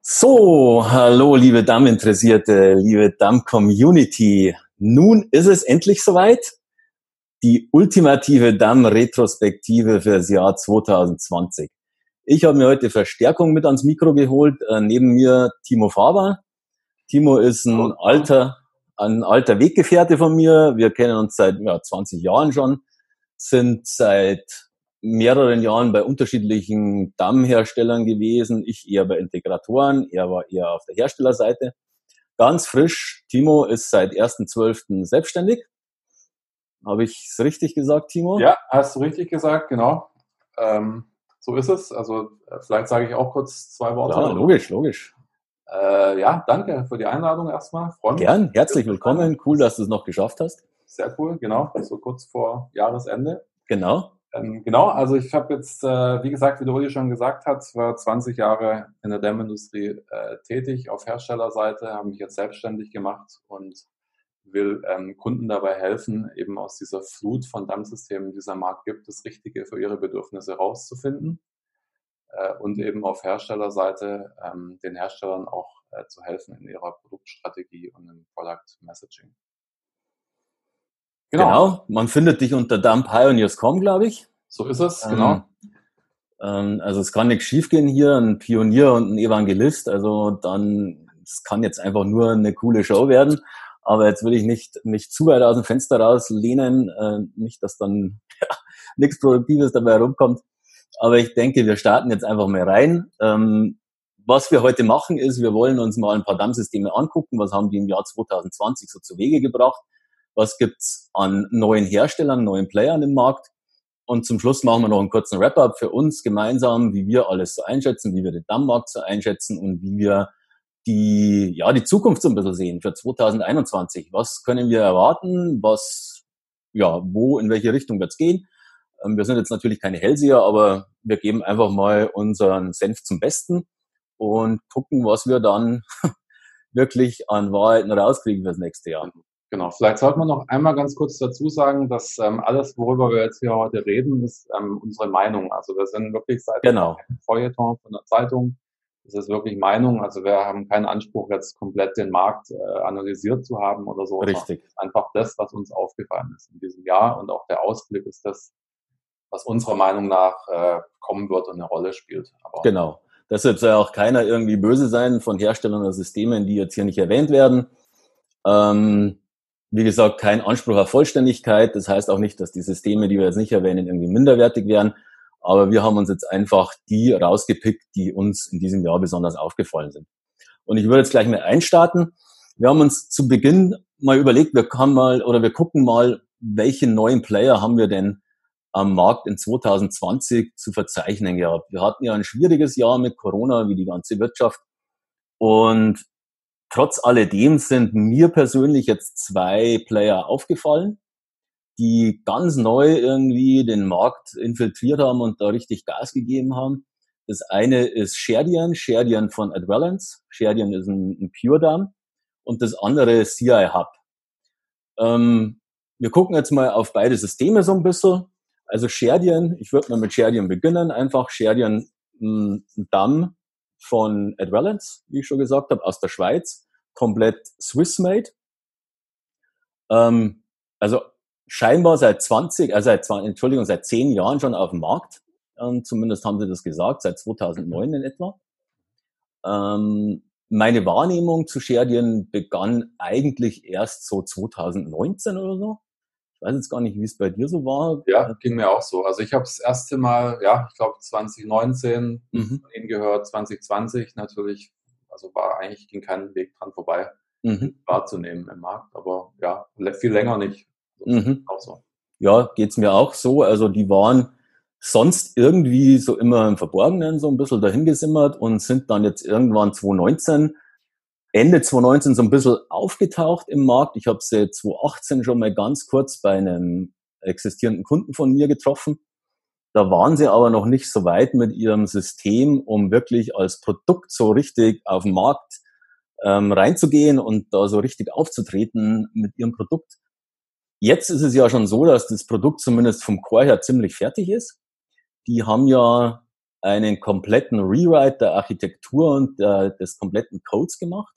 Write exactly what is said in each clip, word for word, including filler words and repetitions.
So, hallo liebe Damm-Interessierte, liebe Damm-Community. Nun ist es endlich soweit. Die ultimative Damm-Retrospektive für das Jahr zwanzig zwanzig. Ich habe mir heute Verstärkung mit ans Mikro geholt. Äh, neben mir Timo Faber. Timo ist ein alter, ein alter Weggefährte von mir. Wir kennen uns seit ja, zwanzig Jahren schon, sind seit mehreren Jahren bei unterschiedlichen Dammherstellern gewesen. Ich eher bei Integratoren, er war eher auf der Herstellerseite. Ganz frisch, Timo ist seit ersten zwölften selbstständig. Habe ich es richtig gesagt, Timo? Ja, hast du richtig gesagt, genau. Ähm, so ist es. Also äh, vielleicht sage ich auch kurz zwei Worte. Ja, logisch, logisch. Äh, ja, danke für die Einladung erstmal. Freue mich. Gern, herzlich willkommen. Cool, dass du es noch geschafft hast. Sehr cool, genau. So kurz vor Jahresende. Genau. Ähm, genau, also ich habe jetzt, äh, wie gesagt, wie der Uli schon gesagt hat, war zwanzig Jahre in der Dämmindustrie äh, tätig auf Herstellerseite, habe mich jetzt selbstständig gemacht und will ähm, Kunden dabei helfen, eben aus dieser Flut von Dammsystemen, die dieser Markt gibt, das Richtige für ihre Bedürfnisse rauszufinden äh, und eben auf Herstellerseite ähm, den Herstellern auch äh, zu helfen in ihrer Produktstrategie und im Product Messaging. Genau. genau. Man findet dich unter damm pioneers punkt com, glaube ich. So ist es, genau. Ähm, also es kann nichts schiefgehen hier, ein Pionier und ein Evangelist. Also dann, es kann jetzt einfach nur eine coole Show werden. Aber jetzt will ich nicht, nicht zu weit aus dem Fenster rauslehnen, äh, nicht, dass dann ja, nichts Produktives dabei rumkommt. Aber ich denke, wir starten jetzt einfach mal rein. Ähm, was wir heute machen ist, wir wollen uns mal ein paar Dammsysteme angucken. Was haben die im Jahr zwanzig zwanzig so zu Wege gebracht? Was gibt's an neuen Herstellern, neuen Playern im Markt? Und zum Schluss machen wir noch einen kurzen Wrap-up für uns gemeinsam, wie wir alles so einschätzen, wie wir den Dammmarkt so einschätzen und wie wir die, ja, die Zukunft so ein bisschen sehen für zwanzig einundzwanzig. Was können wir erwarten? Was, ja, wo, in welche Richtung wird's gehen? Wir sind jetzt natürlich keine Hellseher, aber wir geben einfach mal unseren Senf zum Besten und gucken, was wir dann wirklich an Wahrheiten rauskriegen fürs nächste Jahr. Genau, vielleicht sollte man noch einmal ganz kurz dazu sagen, dass ähm, alles, worüber wir jetzt hier heute reden, ist ähm, unsere Meinung. Also wir sind wirklich seit genau. dem Feuilleton von der Zeitung. Das ist wirklich Meinung. Also wir haben keinen Anspruch, jetzt komplett den Markt äh, analysiert zu haben oder so. Richtig. Einfach das, was uns aufgefallen ist in diesem Jahr, und auch der Ausblick ist das, was unserer Meinung nach äh, kommen wird und eine Rolle spielt. Aber genau. Deshalb soll auch keiner irgendwie böse sein von Herstellern oder Systemen, die jetzt hier nicht erwähnt werden. Ähm, wie gesagt, kein Anspruch auf Vollständigkeit. Das heißt auch nicht, dass die Systeme, die wir jetzt nicht erwähnen, irgendwie minderwertig wären. Aber wir haben uns jetzt einfach die rausgepickt, die uns in diesem Jahr besonders aufgefallen sind. Und ich würde jetzt gleich mal einstarten. Wir haben uns zu Beginn mal überlegt, wir kann mal oder wir gucken mal, welche neuen Player haben wir denn am Markt in zwanzig zwanzig zu verzeichnen gehabt. Wir hatten ja ein schwieriges Jahr mit Corona, wie die ganze Wirtschaft. Und trotz alledem sind mir persönlich jetzt zwei Player aufgefallen, die ganz neu irgendwie den Markt infiltriert haben und da richtig Gas gegeben haben. Das eine ist Sherdian, Sherdian von Advalence. Sherdian ist ein, ein Pure Damm. Und das andere ist C I Hub. Ähm, wir gucken jetzt mal auf beide Systeme so ein bisschen. Also Sherdian, ich würde mal mit Sherdian beginnen. Einfach Sherdian, ein Damm von Advalence, wie ich schon gesagt habe, aus der Schweiz. Komplett Swiss-made. Ähm, also scheinbar seit zwanzig, also seit, Entschuldigung, seit zehn Jahren schon auf dem Markt. Ähm, zumindest haben sie das gesagt, seit zweitausendneun in etwa. Ähm, meine Wahrnehmung zu Sherdian begann eigentlich erst so zweitausendneunzehn oder so. Ich weiß jetzt gar nicht, wie es bei dir so war. Ja, ging mir auch so. Also ich habe das erste Mal, ja, ich glaube zwanzig neunzehn mhm. von Ihnen gehört, zwanzig zwanzig natürlich, also war eigentlich, ging kein Weg dran vorbei, mhm. wahrzunehmen im Markt, aber ja, viel länger nicht. Also mhm. Auch so. Ja, geht's mir auch so. Also die waren sonst irgendwie so immer im Verborgenen so ein bisschen dahingesimmert und sind dann jetzt irgendwann zwanzig neunzehn Ende zwanzig neunzehn so ein bisschen aufgetaucht im Markt. Ich habe sie zwanzig achtzehn schon mal ganz kurz bei einem existierenden Kunden von mir getroffen. Da waren sie aber noch nicht so weit mit ihrem System, um wirklich als Produkt so richtig auf den Markt ähm, reinzugehen und da so richtig aufzutreten mit ihrem Produkt. Jetzt ist es ja schon so, dass das Produkt zumindest vom Core her ziemlich fertig ist. Die haben ja einen kompletten Rewrite der Architektur und der, des kompletten Codes gemacht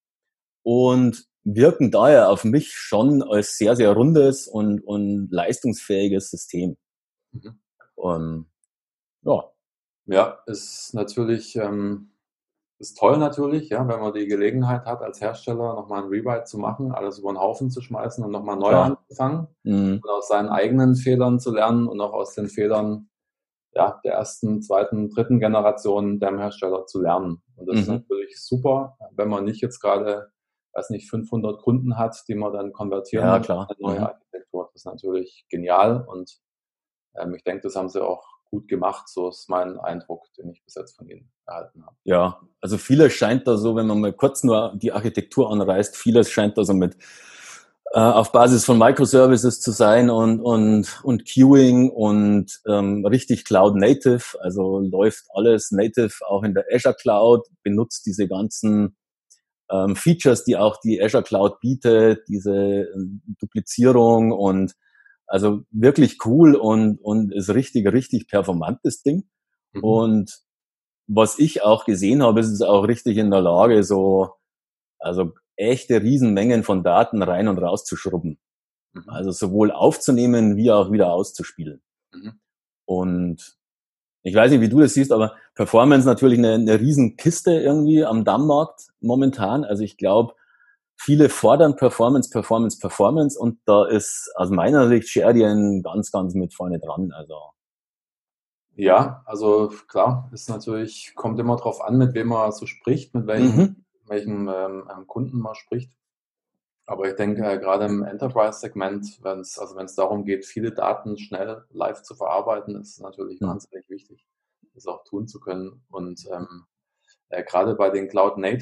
und wirken daher auf mich schon als sehr, sehr rundes und, und leistungsfähiges System. Mhm. Und, ja. Ja, ist natürlich, ähm, ist toll natürlich, ja, wenn man die Gelegenheit hat, als Hersteller nochmal ein Rewrite zu machen, alles über den Haufen zu schmeißen und nochmal neu Klar. anzufangen Mhm. und aus seinen eigenen Fehlern zu lernen und auch aus den Fehlern, ja, der ersten, zweiten, dritten Generation dem Hersteller zu lernen. Und das ist Mhm. natürlich super, wenn man nicht jetzt gerade, weiß nicht, fünfhundert Kunden hat, die man dann konvertieren Ja, muss in klar. eine neue Mhm. Architektur. Das ist natürlich genial und ähm, ich denke, das haben sie auch gut gemacht. So ist mein Eindruck, den ich bis jetzt von ihnen erhalten habe. Ja, also vieles scheint da so, wenn man mal kurz nur die Architektur anreißt, vieles scheint da so mit äh, auf Basis von Microservices zu sein und und und Queuing und ähm, richtig Cloud Native, also läuft alles native auch in der Azure Cloud, benutzt diese ganzen ähm, Features, die auch die Azure Cloud bietet, diese ähm, Duplizierung und also wirklich cool und und ist richtig richtig performantes Ding. Mhm. Und was ich auch gesehen habe, ist es auch richtig in der Lage, so also echte Riesenmengen von Daten rein und raus zu schrubben. Mhm. Also sowohl aufzunehmen wie auch wieder auszuspielen. Mhm. Und ich weiß nicht, wie du das siehst, aber Performance natürlich eine, eine Riesenkiste irgendwie am Dammmarkt momentan. Also ich glaube, viele fordern Performance, Performance, Performance und da ist aus meiner Sicht Sheridan ganz, ganz mit vorne dran. Also Ja, also klar, ist natürlich, kommt immer drauf an, mit wem man so spricht, mit welchem, mhm. welchem ähm, ähm, Kunden man spricht. Aber ich denke, äh, gerade im Enterprise-Segment, wenn es, also wenn es darum geht, viele Daten schnell live zu verarbeiten, ist es natürlich Mhm. wahnsinnig wichtig, das auch tun zu können. Und ähm, äh, gerade bei den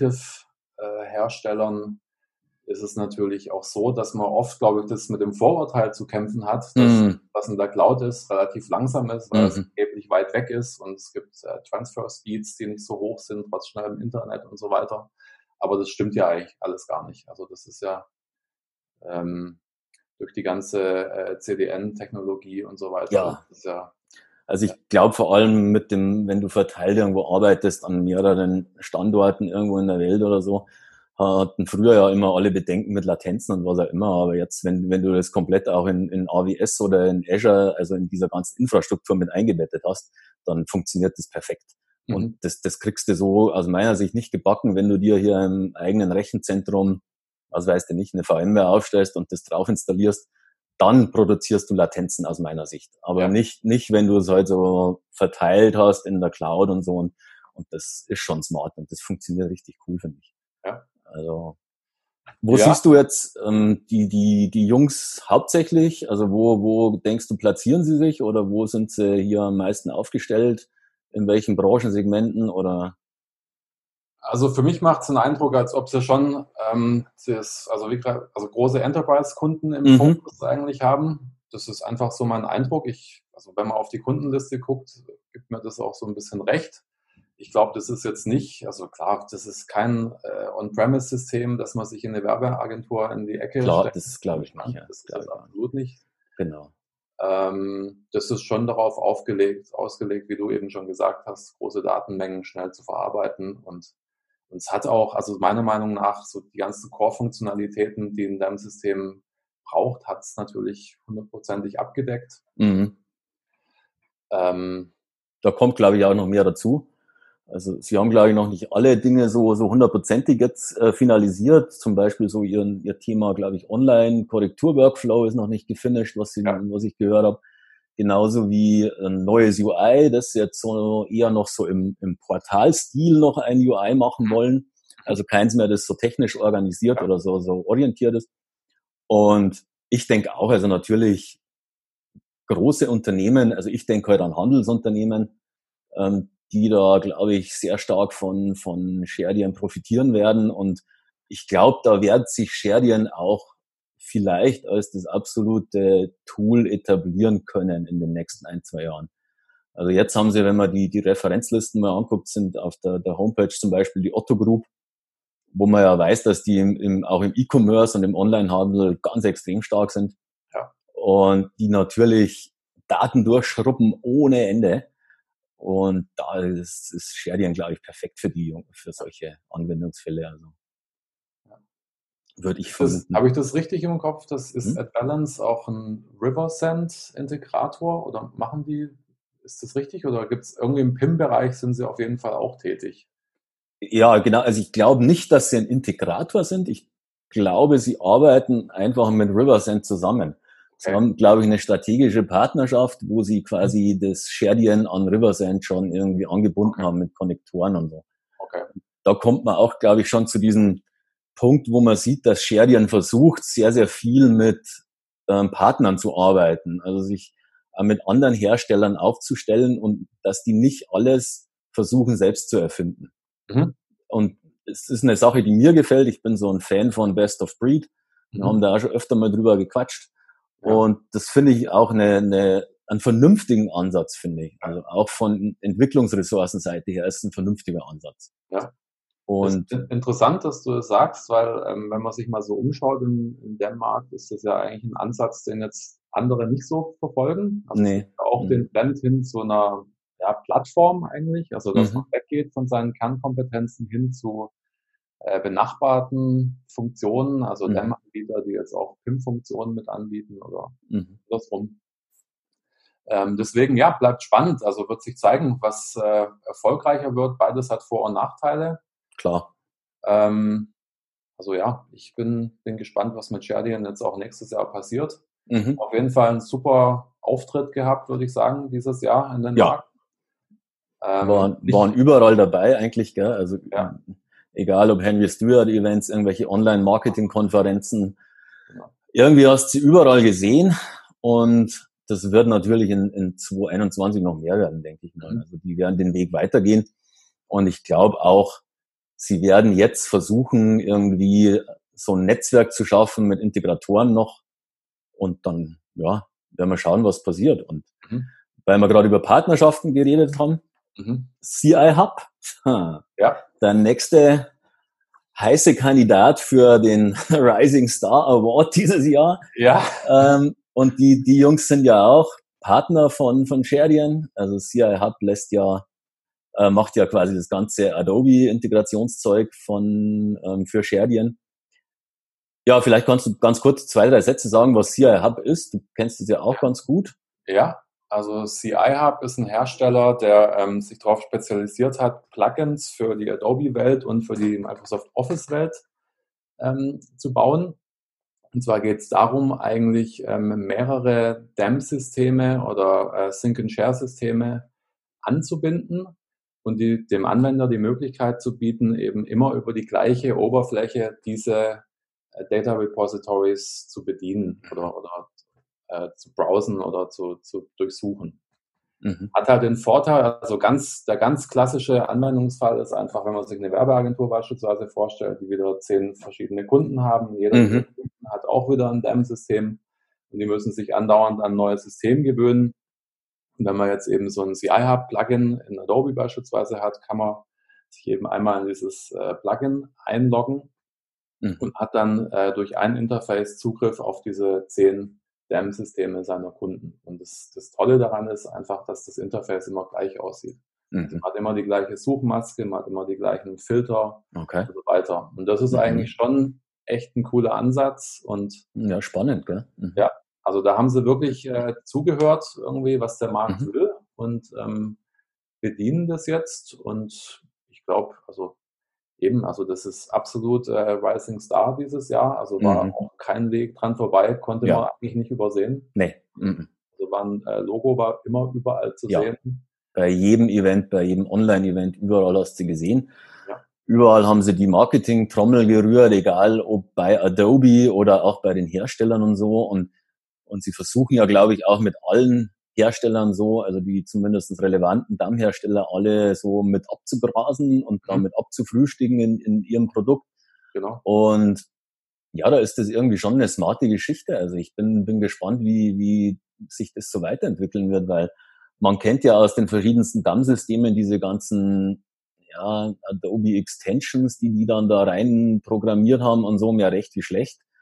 Cloud-Native-Herstellern ist es natürlich auch so, dass man oft, glaube ich, das mit dem Vorurteil zu kämpfen hat, dass Mhm. was in der Cloud ist, relativ langsam ist, weil es Mhm. angeblich weit weg ist und es gibt äh, Transfer-Speeds, die nicht so hoch sind, trotz schnellem Internet und so weiter. Aber das stimmt ja eigentlich alles gar nicht. Also das ist ja ähm, durch die ganze äh, C D N-Technologie und so weiter, das Ja, ist ja, also ja, ich glaube vor allem mit dem, wenn du verteilt irgendwo arbeitest an mehreren Standorten irgendwo in der Welt oder so, hatten früher ja immer alle Bedenken mit Latenzen und was auch immer. Aber jetzt, wenn, wenn du das komplett auch in, in A W S oder in Azure, also in dieser ganzen Infrastruktur mit eingebettet hast, dann funktioniert das perfekt. Und mhm. das, das kriegst du so aus meiner Sicht nicht gebacken, wenn du dir hier im eigenen Rechenzentrum, was weißt du nicht, eine VMware aufstellst und das drauf installierst, dann produzierst du Latenzen aus meiner Sicht. Aber Ja, nicht, nicht, wenn du es halt so verteilt hast in der Cloud und so. Und, und das ist schon smart und das funktioniert richtig cool, finde ich. ja, Also, wo ja. siehst du jetzt ähm, die, die, die Jungs hauptsächlich? Also, wo, wo denkst du, platzieren sie sich oder wo sind sie hier am meisten aufgestellt? In welchen Branchensegmenten oder? Also für mich macht es den Eindruck, als ob sie schon ähm, das, also, wie, gra- also große Enterprise-Kunden im Mhm. Fokus eigentlich haben. Das ist einfach so mein Eindruck. Ich, also wenn man auf die Kundenliste guckt, gibt mir das auch so ein bisschen recht. Ich glaube, das ist jetzt nicht, also klar, das ist kein äh, On-Premise-System, dass man sich in eine Werbeagentur in die Ecke Klar, stellt. das glaube ich nicht, ja. Das ist Glaube das ich gar nicht. absolut nicht. Genau. Ähm, das ist schon darauf aufgelegt, ausgelegt, wie du eben schon gesagt hast, große Datenmengen schnell zu verarbeiten. Und, und es hat auch, also meiner Meinung nach, so die ganzen Core-Funktionalitäten, die in deinem System braucht, hat es natürlich hundertprozentig abgedeckt. Mhm. Ähm, Da kommt, glaube ich, auch noch mehr dazu. Also sie haben, glaube ich, noch nicht alle Dinge so so hundertprozentig jetzt äh, finalisiert. Zum Beispiel so ihren, ihr Thema, glaube ich, Online-Korrektur-Workflow ist noch nicht gefinisht, was, sie, ja. was ich gehört habe. Genauso wie ein neues U I, das jetzt so eher noch so im, im Portalstil noch ein U I machen wollen. Also keins mehr, das so technisch organisiert Ja. oder so, so orientiert ist. Und ich denke auch, also natürlich große Unternehmen, also ich denke halt an Handelsunternehmen, ähm, die da, glaube ich, sehr stark von, von Sheridan profitieren werden. Und ich glaube, da wird sich Sheridan auch vielleicht als das absolute Tool etablieren können in den nächsten ein, zwei Jahren. Also jetzt haben sie, wenn man die, die Referenzlisten mal anguckt, sind auf der, der Homepage zum Beispiel die Otto Group, wo man ja weiß, dass die im, im, auch im E-Commerce und im Onlinehandel ganz extrem stark sind Ja. und die natürlich Daten durchschrubben ohne Ende. Und da ist, ist Sheridan, glaube ich, perfekt für die, für solche Anwendungsfälle. Also würde ich Das, vermuten. habe ich das richtig im Kopf? Das ist Hm? AdBalance auch ein Riversend-Integrator oder machen die, ist das richtig? Oder gibt es irgendwie im P I M-Bereich sind sie auf jeden Fall auch tätig? Ja, genau. Also ich glaube nicht, dass sie ein Integrator sind. Ich glaube, sie arbeiten einfach mit Riversend zusammen. Sie Okay. haben, glaube ich, eine strategische Partnerschaft, wo sie quasi das Sheridan an Riversend schon irgendwie angebunden Okay. haben mit Konnektoren und so. Okay. Da kommt man auch, glaube ich, schon zu diesem Punkt, wo man sieht, dass Sheridan versucht, sehr, sehr viel mit ähm, Partnern zu arbeiten. Also sich äh, mit anderen Herstellern aufzustellen und dass die nicht alles versuchen, selbst zu erfinden. Mhm. Und es ist eine Sache, die mir gefällt. Ich bin so ein Fan von Best of Breed. Wir Mhm. haben da auch schon öfter mal drüber gequatscht. Ja. Und das finde ich auch eine, eine, einen vernünftigen Ansatz, finde ich. Also auch von Entwicklungsressourcenseite her ist ein vernünftiger Ansatz. Ja. Das Und ist interessant, dass du das sagst, weil ähm, wenn man sich mal so umschaut in, in dem Markt, ist das ja eigentlich ein Ansatz, den jetzt andere nicht so verfolgen. Also es gibt nee. ja auch Mhm. den Trend hin zu einer ja, Plattform eigentlich, also dass man Mhm. weggeht von seinen Kernkompetenzen hin zu äh, benachbarten Funktionen, also Mhm. Dämmanbieter, die jetzt auch P I M-Funktionen mit anbieten oder Mhm. andersrum. Ähm, deswegen, ja, bleibt spannend. Also wird sich zeigen, was äh, erfolgreicher wird. Beides hat Vor- und Nachteile. Klar. Ähm, also ja, ich bin, bin gespannt, was mit Sheridan jetzt auch nächstes Jahr passiert. Mhm. Auf jeden Fall ein super Auftritt gehabt, würde ich sagen, dieses Jahr in den Ja, Markt. Ähm, waren, waren nicht, überall dabei eigentlich, gell? Also ja, egal ob Henry Stewart Events, irgendwelche Online-Marketing-Konferenzen, genau. irgendwie hast du sie überall gesehen und das wird natürlich in, in zwanzig einundzwanzig noch mehr werden, denke ich mal. Mhm. Also die werden den Weg weitergehen und ich glaube auch, sie werden jetzt versuchen, irgendwie so ein Netzwerk zu schaffen mit Integratoren noch und dann, ja, werden wir schauen, was passiert. Und Mhm. weil wir gerade über Partnerschaften geredet haben, Mhm. C I Hub, Ja, der nächste heiße Kandidat für den Rising Star Award dieses Jahr. ja, Ähm, und die, die Jungs sind ja auch Partner von, von Sheridan. Also C I Hub lässt ja, äh, macht ja quasi das ganze Adobe-Integrationszeug von, ähm, für Sheridan. Ja, vielleicht kannst du ganz kurz zwei, drei Sätze sagen, was C I Hub ist. Du kennst es ja auch ganz gut. ja. Also C I Hub ist ein Hersteller, der ähm, sich darauf spezialisiert hat, Plugins für die Adobe-Welt und für die Microsoft Office-Welt ähm, zu bauen. Und zwar geht es darum, eigentlich ähm, mehrere D A M-Systeme oder äh, Sync-and-Share-Systeme anzubinden und die, dem Anwender die Möglichkeit zu bieten, eben immer über die gleiche Oberfläche diese äh, Data Repositories zu bedienen oder, oder äh, zu browsen oder zu, zu durchsuchen. Mhm. Hat halt den Vorteil, also ganz, der ganz klassische Anwendungsfall ist einfach, wenn man sich eine Werbeagentur beispielsweise vorstellt, die wieder zehn verschiedene Kunden haben. Jeder dieser Mhm. Kunden hat auch wieder ein D A M-System und die müssen sich andauernd an ein neues System gewöhnen. Und wenn man jetzt eben so ein C I Hub-Plugin in Adobe beispielsweise hat, kann man sich eben einmal in dieses äh, Plugin einloggen Mhm. und hat dann äh, durch ein Interface Zugriff auf diese zehn D A M-Systeme seiner Kunden. Und das, das Tolle daran ist einfach, dass das Interface immer gleich aussieht. Also Mhm. man hat immer die gleiche Suchmaske, man hat immer die gleichen Filter Okay. und so weiter. Und das ist Mhm. eigentlich schon echt ein cooler Ansatz. Und Ja, spannend, gell? Mhm. ja, also da haben sie wirklich äh, zugehört, irgendwie, was der Markt Mhm. will und ähm, bedienen das jetzt. Und ich glaube, also eben, also das ist absolut äh, Rising Star dieses Jahr. Also war Mhm. auch kein Weg dran vorbei, konnte man Ja, eigentlich nicht übersehen. nee. Mhm. Also war ein äh, Logo war immer überall zu Ja, sehen. bei jedem Event, bei jedem Online-Event, überall hast du gesehen. Ja, Überall haben sie die Marketing-Trommel gerührt, egal ob bei Adobe oder auch bei den Herstellern und so. Und, und sie versuchen ja, glaube ich, auch mit allen Herstellern so, also die zumindest relevanten D A M-Hersteller, alle so mit abzugrasen und mhm, damit abzufrühstücken in, in ihrem Produkt. genau. Und ja, da ist das irgendwie schon eine smarte Geschichte. Also ich bin, bin gespannt, wie, wie sich das so weiterentwickeln wird, weil man kennt ja aus den verschiedensten D A M-Systemen diese ganzen ja, Adobe Extensions, die die dann da rein programmiert haben und so, mehr recht wie schlecht.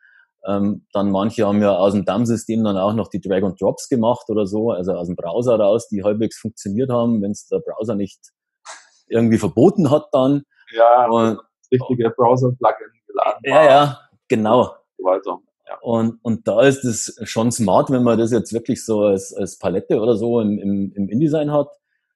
Ähm, dann manche haben ja aus dem Dammsystem dann auch noch die Drag and Drops gemacht oder so, also aus dem Browser raus, die halbwegs funktioniert haben, wenn es der Browser nicht irgendwie verboten hat dann. Ja, Und, richtige Browser-Plugin geladen. Ja, ja, genau. So weiter. Ja. Und, und da ist es schon smart, wenn man das jetzt wirklich so als, als Palette oder so im, im, im InDesign hat.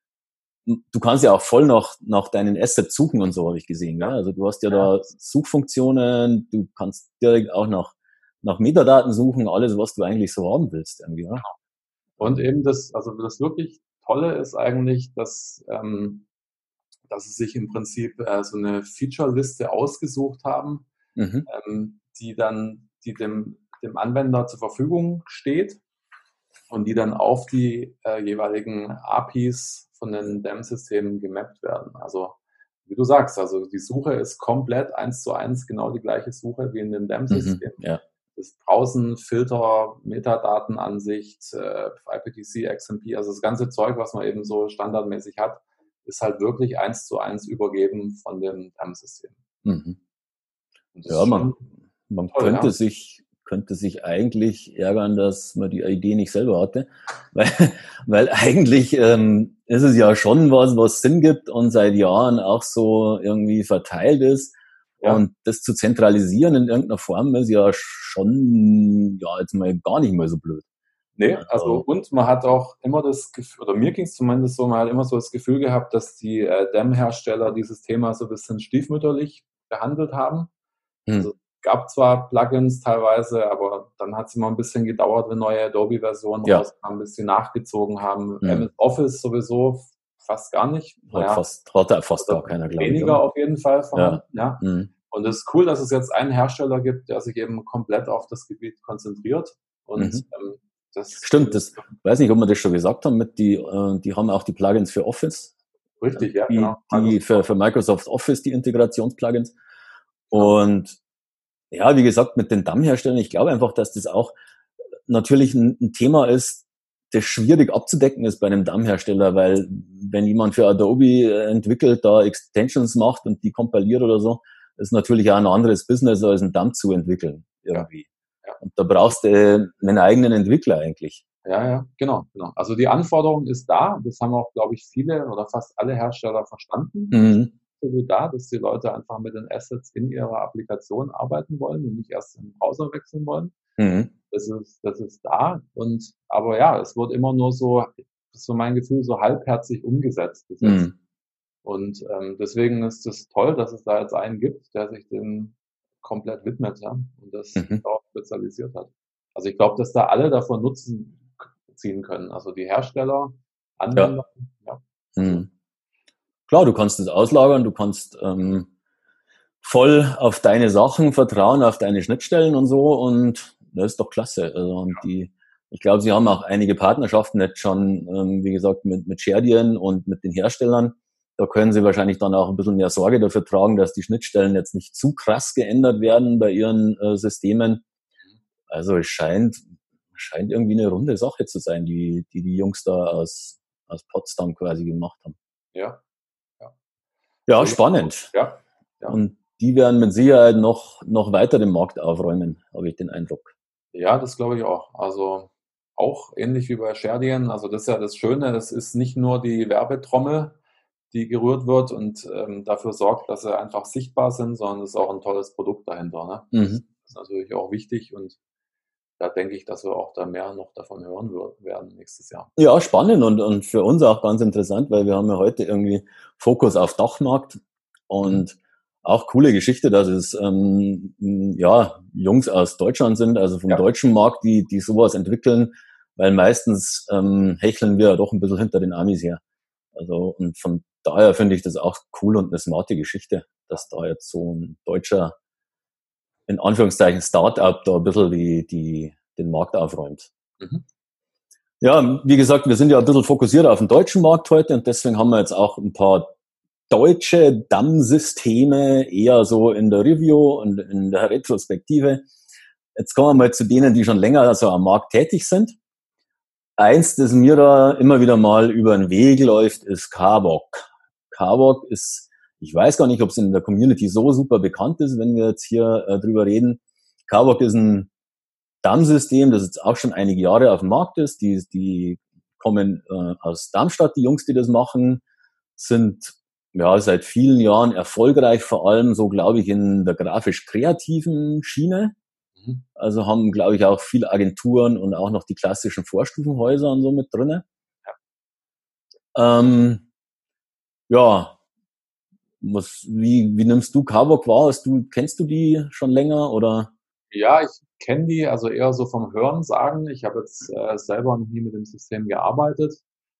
Du kannst ja auch voll nach, nach deinen Assets suchen und so, habe ich gesehen. Ja? Also du hast ja, ja da Suchfunktionen, du kannst direkt auch nach, nach Metadaten suchen, alles, was du eigentlich so haben willst. Irgendwie, ja? Und eben das, also das wirklich Tolle ist eigentlich, dass, ähm, dass sie sich im Prinzip äh, so eine Feature-Liste ausgesucht haben, mhm. ähm, die dann, die dem, dem Anwender zur Verfügung steht und die dann auf die äh, jeweiligen A P Is von den D A M-Systemen gemappt werden. Also wie du sagst, also die Suche ist komplett eins zu eins genau die gleiche Suche wie in dem D A M-System. Mhm, ja. Das Browsen, Filter, Metadatenansicht, äh, I P T C, X M P, also das ganze Zeug, was man eben so standardmäßig hat, ist halt wirklich eins zu eins übergeben von dem D A M-System. Mhm. Ja, man, man toll, könnte ja. sich könnte sich eigentlich ärgern, dass man die Idee nicht selber hatte, weil, weil eigentlich ähm, ist es ja schon was, was Sinn gibt und seit Jahren auch so irgendwie verteilt ist. Ja. Und das zu zentralisieren in irgendeiner Form ist ja schon, ja, jetzt mal gar nicht mal so blöd. Nee, also und man hat auch immer das Gefühl, oder mir ging es zumindest so, man hat immer so das Gefühl gehabt, dass die äh, D A M-Hersteller dieses Thema so ein bisschen stiefmütterlich behandelt haben. Hm. Also gab zwar Plugins teilweise, aber dann hat es immer ein bisschen gedauert, wenn neue Adobe-Versionen ja. rauskamen, bis sie nachgezogen haben. Hm. M S Office sowieso fast gar nicht. Hat naja, fast, hat er fast gar keiner, glaube ich. Weniger auf jeden Fall vorhanden, ja. ja. Hm. Und es ist cool, dass es jetzt einen Hersteller gibt, der sich eben komplett auf das Gebiet konzentriert. Und mhm. ähm, das Stimmt, das weiß nicht, ob wir das schon gesagt haben, mit die, äh, die haben auch die Plugins für Office. Richtig, ja, die, genau. Die für, für Microsoft Office, die Integrationsplugins. Und ja, wie gesagt, mit den D A M-Herstellern, ich glaube einfach, dass das auch natürlich ein, ein Thema ist, das schwierig abzudecken ist bei einem D A M-Hersteller, weil wenn jemand für Adobe entwickelt, da Extensions macht und die kompiliert oder so, ist natürlich auch ein anderes Business, als ein D A M zu entwickeln irgendwie. Ja. Ja. Und da brauchst du einen eigenen Entwickler eigentlich. Ja, ja, genau, genau. Also die Anforderung ist da, das haben auch, glaube ich, viele oder fast alle Hersteller verstanden. Mhm. So da, dass die Leute einfach mit den Assets in ihrer Applikation arbeiten wollen und nicht erst im Browser wechseln wollen. Mhm. Das ist, das ist da. Und, aber ja, es wird immer nur so, das ist so mein Gefühl, so halbherzig umgesetzt bis jetzt. Mhm. Und ähm, deswegen ist es toll, dass es da jetzt einen gibt, der sich dem komplett widmet, ja, und das mhm. darauf spezialisiert hat. Also ich glaube, dass da alle davon Nutzen ziehen können. Also die Hersteller, Anwender, ja. ja. Mhm. Klar, du kannst es auslagern, du kannst ähm, voll auf deine Sachen vertrauen, auf deine Schnittstellen und so, und das ist doch klasse. Also, und ja. die, ich glaube, sie haben auch einige Partnerschaften jetzt schon, ähm, wie gesagt, mit, mit Shardien und mit den Herstellern. Da können sie wahrscheinlich dann auch ein bisschen mehr Sorge dafür tragen, dass die Schnittstellen jetzt nicht zu krass geändert werden bei ihren äh, Systemen. Also es scheint, scheint irgendwie eine runde Sache zu sein, die die, die Jungs da aus, aus Potsdam quasi gemacht haben. Ja. Ja, spannend. Ja, ja. Und die werden mit Sicherheit noch, noch weiter den Markt aufräumen, habe ich den Eindruck. Ja, das glaube ich auch. Also auch ähnlich wie bei Shardien. Also das ist ja das Schöne, das ist nicht nur die Werbetrommel, die gerührt wird und ähm, dafür sorgt, dass sie einfach sichtbar sind, sondern es ist auch ein tolles Produkt dahinter. Ne? Mhm. Das ist natürlich auch wichtig und da denke ich, dass wir auch da mehr noch davon hören werden nächstes Jahr. Ja, spannend und, und für uns auch ganz interessant, weil wir haben ja heute irgendwie Fokus auf Dachmarkt und mhm. auch coole Geschichte, dass es ähm, ja Jungs aus Deutschland sind, also vom ja. deutschen Markt, die die sowas entwickeln, weil meistens ähm, hecheln wir ja doch ein bisschen hinter den Amis her. Also und von daher finde ich das auch cool und eine smarte Geschichte, dass da jetzt so ein deutscher, in Anführungszeichen, Start-up da ein bisschen die, die, den Markt aufräumt. Mhm. Ja, wie gesagt, wir sind ja ein bisschen fokussiert auf den deutschen Markt heute und deswegen haben wir jetzt auch ein paar deutsche D A M-Systeme eher so in der Review und in der Retrospektive. Jetzt kommen wir mal zu denen, die schon länger so am Markt tätig sind. Eins, das mir da immer wieder mal über den Weg läuft, ist Carvoc. Carvoc ist, ich weiß gar nicht, ob es in der Community so super bekannt ist, wenn wir jetzt hier äh, drüber reden. Carvoc ist ein D A M-System, das jetzt auch schon einige Jahre auf dem Markt ist. Die, die kommen äh, aus Darmstadt, die Jungs, die das machen, sind ja seit vielen Jahren erfolgreich, vor allem so, glaube ich, in der grafisch-kreativen Schiene. Mhm. Also haben, glaube ich, auch viele Agenturen und auch noch die klassischen Vorstufenhäuser und so mit drinne. Ja, ähm, ja. Was, wie, wie nimmst du Carvoc wahr? Hast du, kennst du die schon länger oder? Ja, ich kenne die also eher so vom Hören sagen. Ich habe jetzt äh, selber noch nie mit dem System gearbeitet.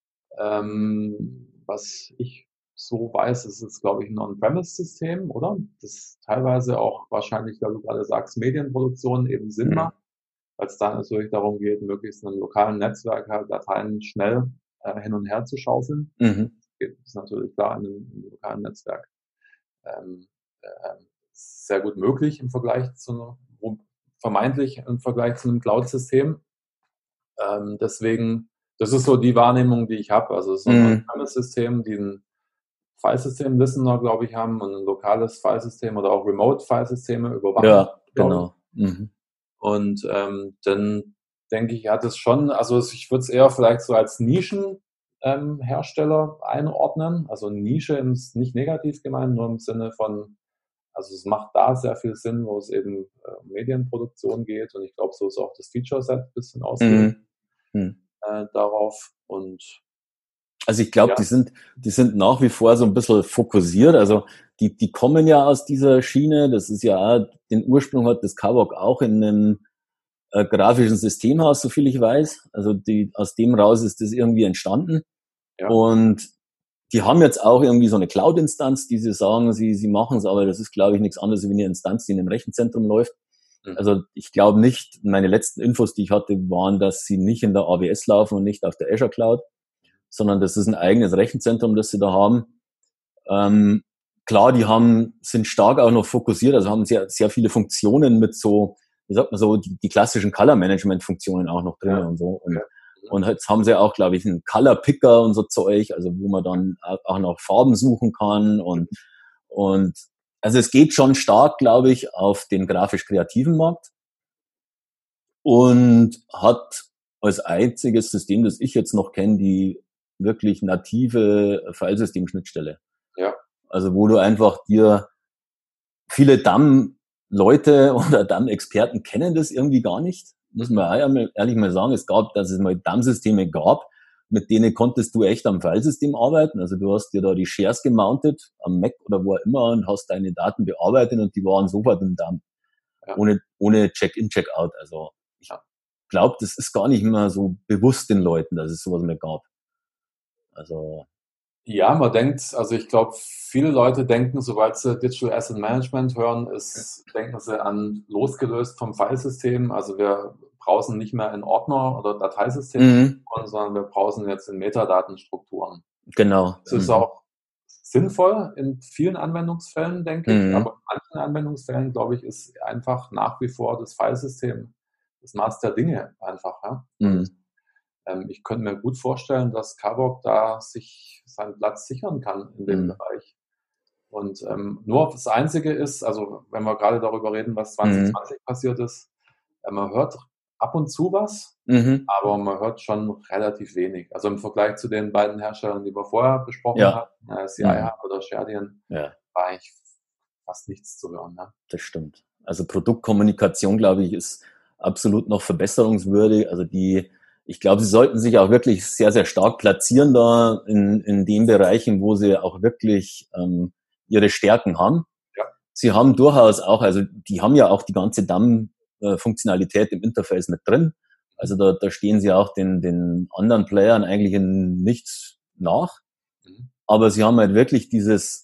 Ähm, was ich so weiß, ist es, glaube ich, ein On-Premise-System, oder? Das teilweise auch wahrscheinlich, weil du gerade sagst, Medienproduktion eben Sinn macht, weil es da natürlich darum geht, möglichst in einem lokalen Netzwerk halt Dateien schnell äh, hin und her zu schaufeln. Mhm. Das ist natürlich klar in einem, in einem lokalen Netzwerk ähm, äh, sehr gut möglich im Vergleich zu einem, vermeintlich im Vergleich zu einem Cloud-System. Ähm, deswegen, das ist so die Wahrnehmung, die ich habe. Also so ein mm. System, die ein Filesystem-Listener, glaube ich, haben und ein lokales Filesystem oder auch Remote-Filesysteme überwachen. Ja, genau. Mhm. Und ähm, dann denke ich, hat es schon, also ich würde es eher vielleicht so als Nischenhersteller ähm, einordnen. Also Nische ist nicht negativ gemeint, nur im Sinne von, also es macht da sehr viel Sinn, wo es eben äh, Medienproduktion geht. Und ich glaube, so ist auch das Feature-Set ein bisschen ausgelegt mhm. äh, darauf. Und also ich glaube, ja. die sind, die sind nach wie vor so ein bisschen fokussiert. Also die, die kommen ja aus dieser Schiene. Das ist ja auch, den Ursprung hat das Carvoc auch in einem äh, grafischen Systemhaus, so viel ich weiß. Also die, aus dem raus ist das irgendwie entstanden. Ja. Und die haben jetzt auch irgendwie so eine Cloud-Instanz, die sie sagen, sie, sie machen es, aber das ist, glaube ich, nichts anderes wie eine Instanz, die in einem Rechenzentrum läuft. Mhm. Also ich glaube nicht, meine letzten Infos, die ich hatte, waren, dass sie nicht in der A W S laufen und nicht auf der Azure Cloud, sondern das ist ein eigenes Rechenzentrum, das sie da haben. Ähm, klar, die haben, sind stark auch noch fokussiert, also haben sehr, sehr viele Funktionen mit so, wie sagt man so, die, die klassischen Color-Management-Funktionen auch noch drin ja. und so. Und, ja. und jetzt haben sie auch, glaube ich, einen Color-Picker und so Zeug, also wo man dann auch noch Farben suchen kann und, und also es geht schon stark, glaube ich, auf den grafisch-kreativen Markt und hat als einziges System, das ich jetzt noch kenne, die wirklich native Filesystem-Schnittstelle. Ja. Also wo du einfach dir, viele D A M-Leute oder D A M-Experten kennen das irgendwie gar nicht, muss man auch ehrlich mal sagen. Es gab, dass es mal D A M-Systeme gab, mit denen konntest du echt am Filesystem arbeiten. Also du hast dir da die Shares gemountet, am Mac oder wo auch immer und hast deine Daten bearbeitet und die waren sofort im D A M. Ja. Ohne, ohne Check-in, Check-out. Also ich glaube, das ist gar nicht mehr so bewusst den Leuten, dass es sowas mehr gab. Also ja, man denkt, also ich glaube, viele Leute denken, sobald sie Digital Asset Management hören, ist, okay. denken sie an losgelöst vom Filesystem. Also wir brausen nicht mehr in Ordner oder Dateisystemen, mhm. sondern wir brausen jetzt in Metadatenstrukturen. Genau. Das ist mhm. auch sinnvoll in vielen Anwendungsfällen, denke mhm. ich. Aber in manchen Anwendungsfällen, glaube ich, ist einfach nach wie vor das Filesystem das Maß der Dinge einfach. Ja? Mhm. Ich könnte mir gut vorstellen, dass Carvoc da sich seinen Platz sichern kann in dem mhm. Bereich. Und ähm, nur das Einzige ist, also wenn wir gerade darüber reden, was zwanzig zwanzig mhm. passiert ist, äh, man hört ab und zu was, mhm. aber man hört schon relativ wenig. Also im Vergleich zu den beiden Herstellern, die wir vorher besprochen ja. hatten, äh, C I Hub mhm. oder Sherdian, ja. war eigentlich fast nichts zu hören. Ne? Das stimmt. Also Produktkommunikation, glaube ich, ist absolut noch verbesserungswürdig. Also die Ich glaube, sie sollten sich auch wirklich sehr, sehr stark platzieren da in, in den Bereichen, wo sie auch wirklich ähm, ihre Stärken haben. Ja. Sie haben durchaus auch, also die haben ja auch die ganze D A M-Funktionalität im Interface mit drin. Also da, da stehen sie auch den, den anderen Playern eigentlich in nichts nach. Mhm. Aber sie haben halt wirklich dieses,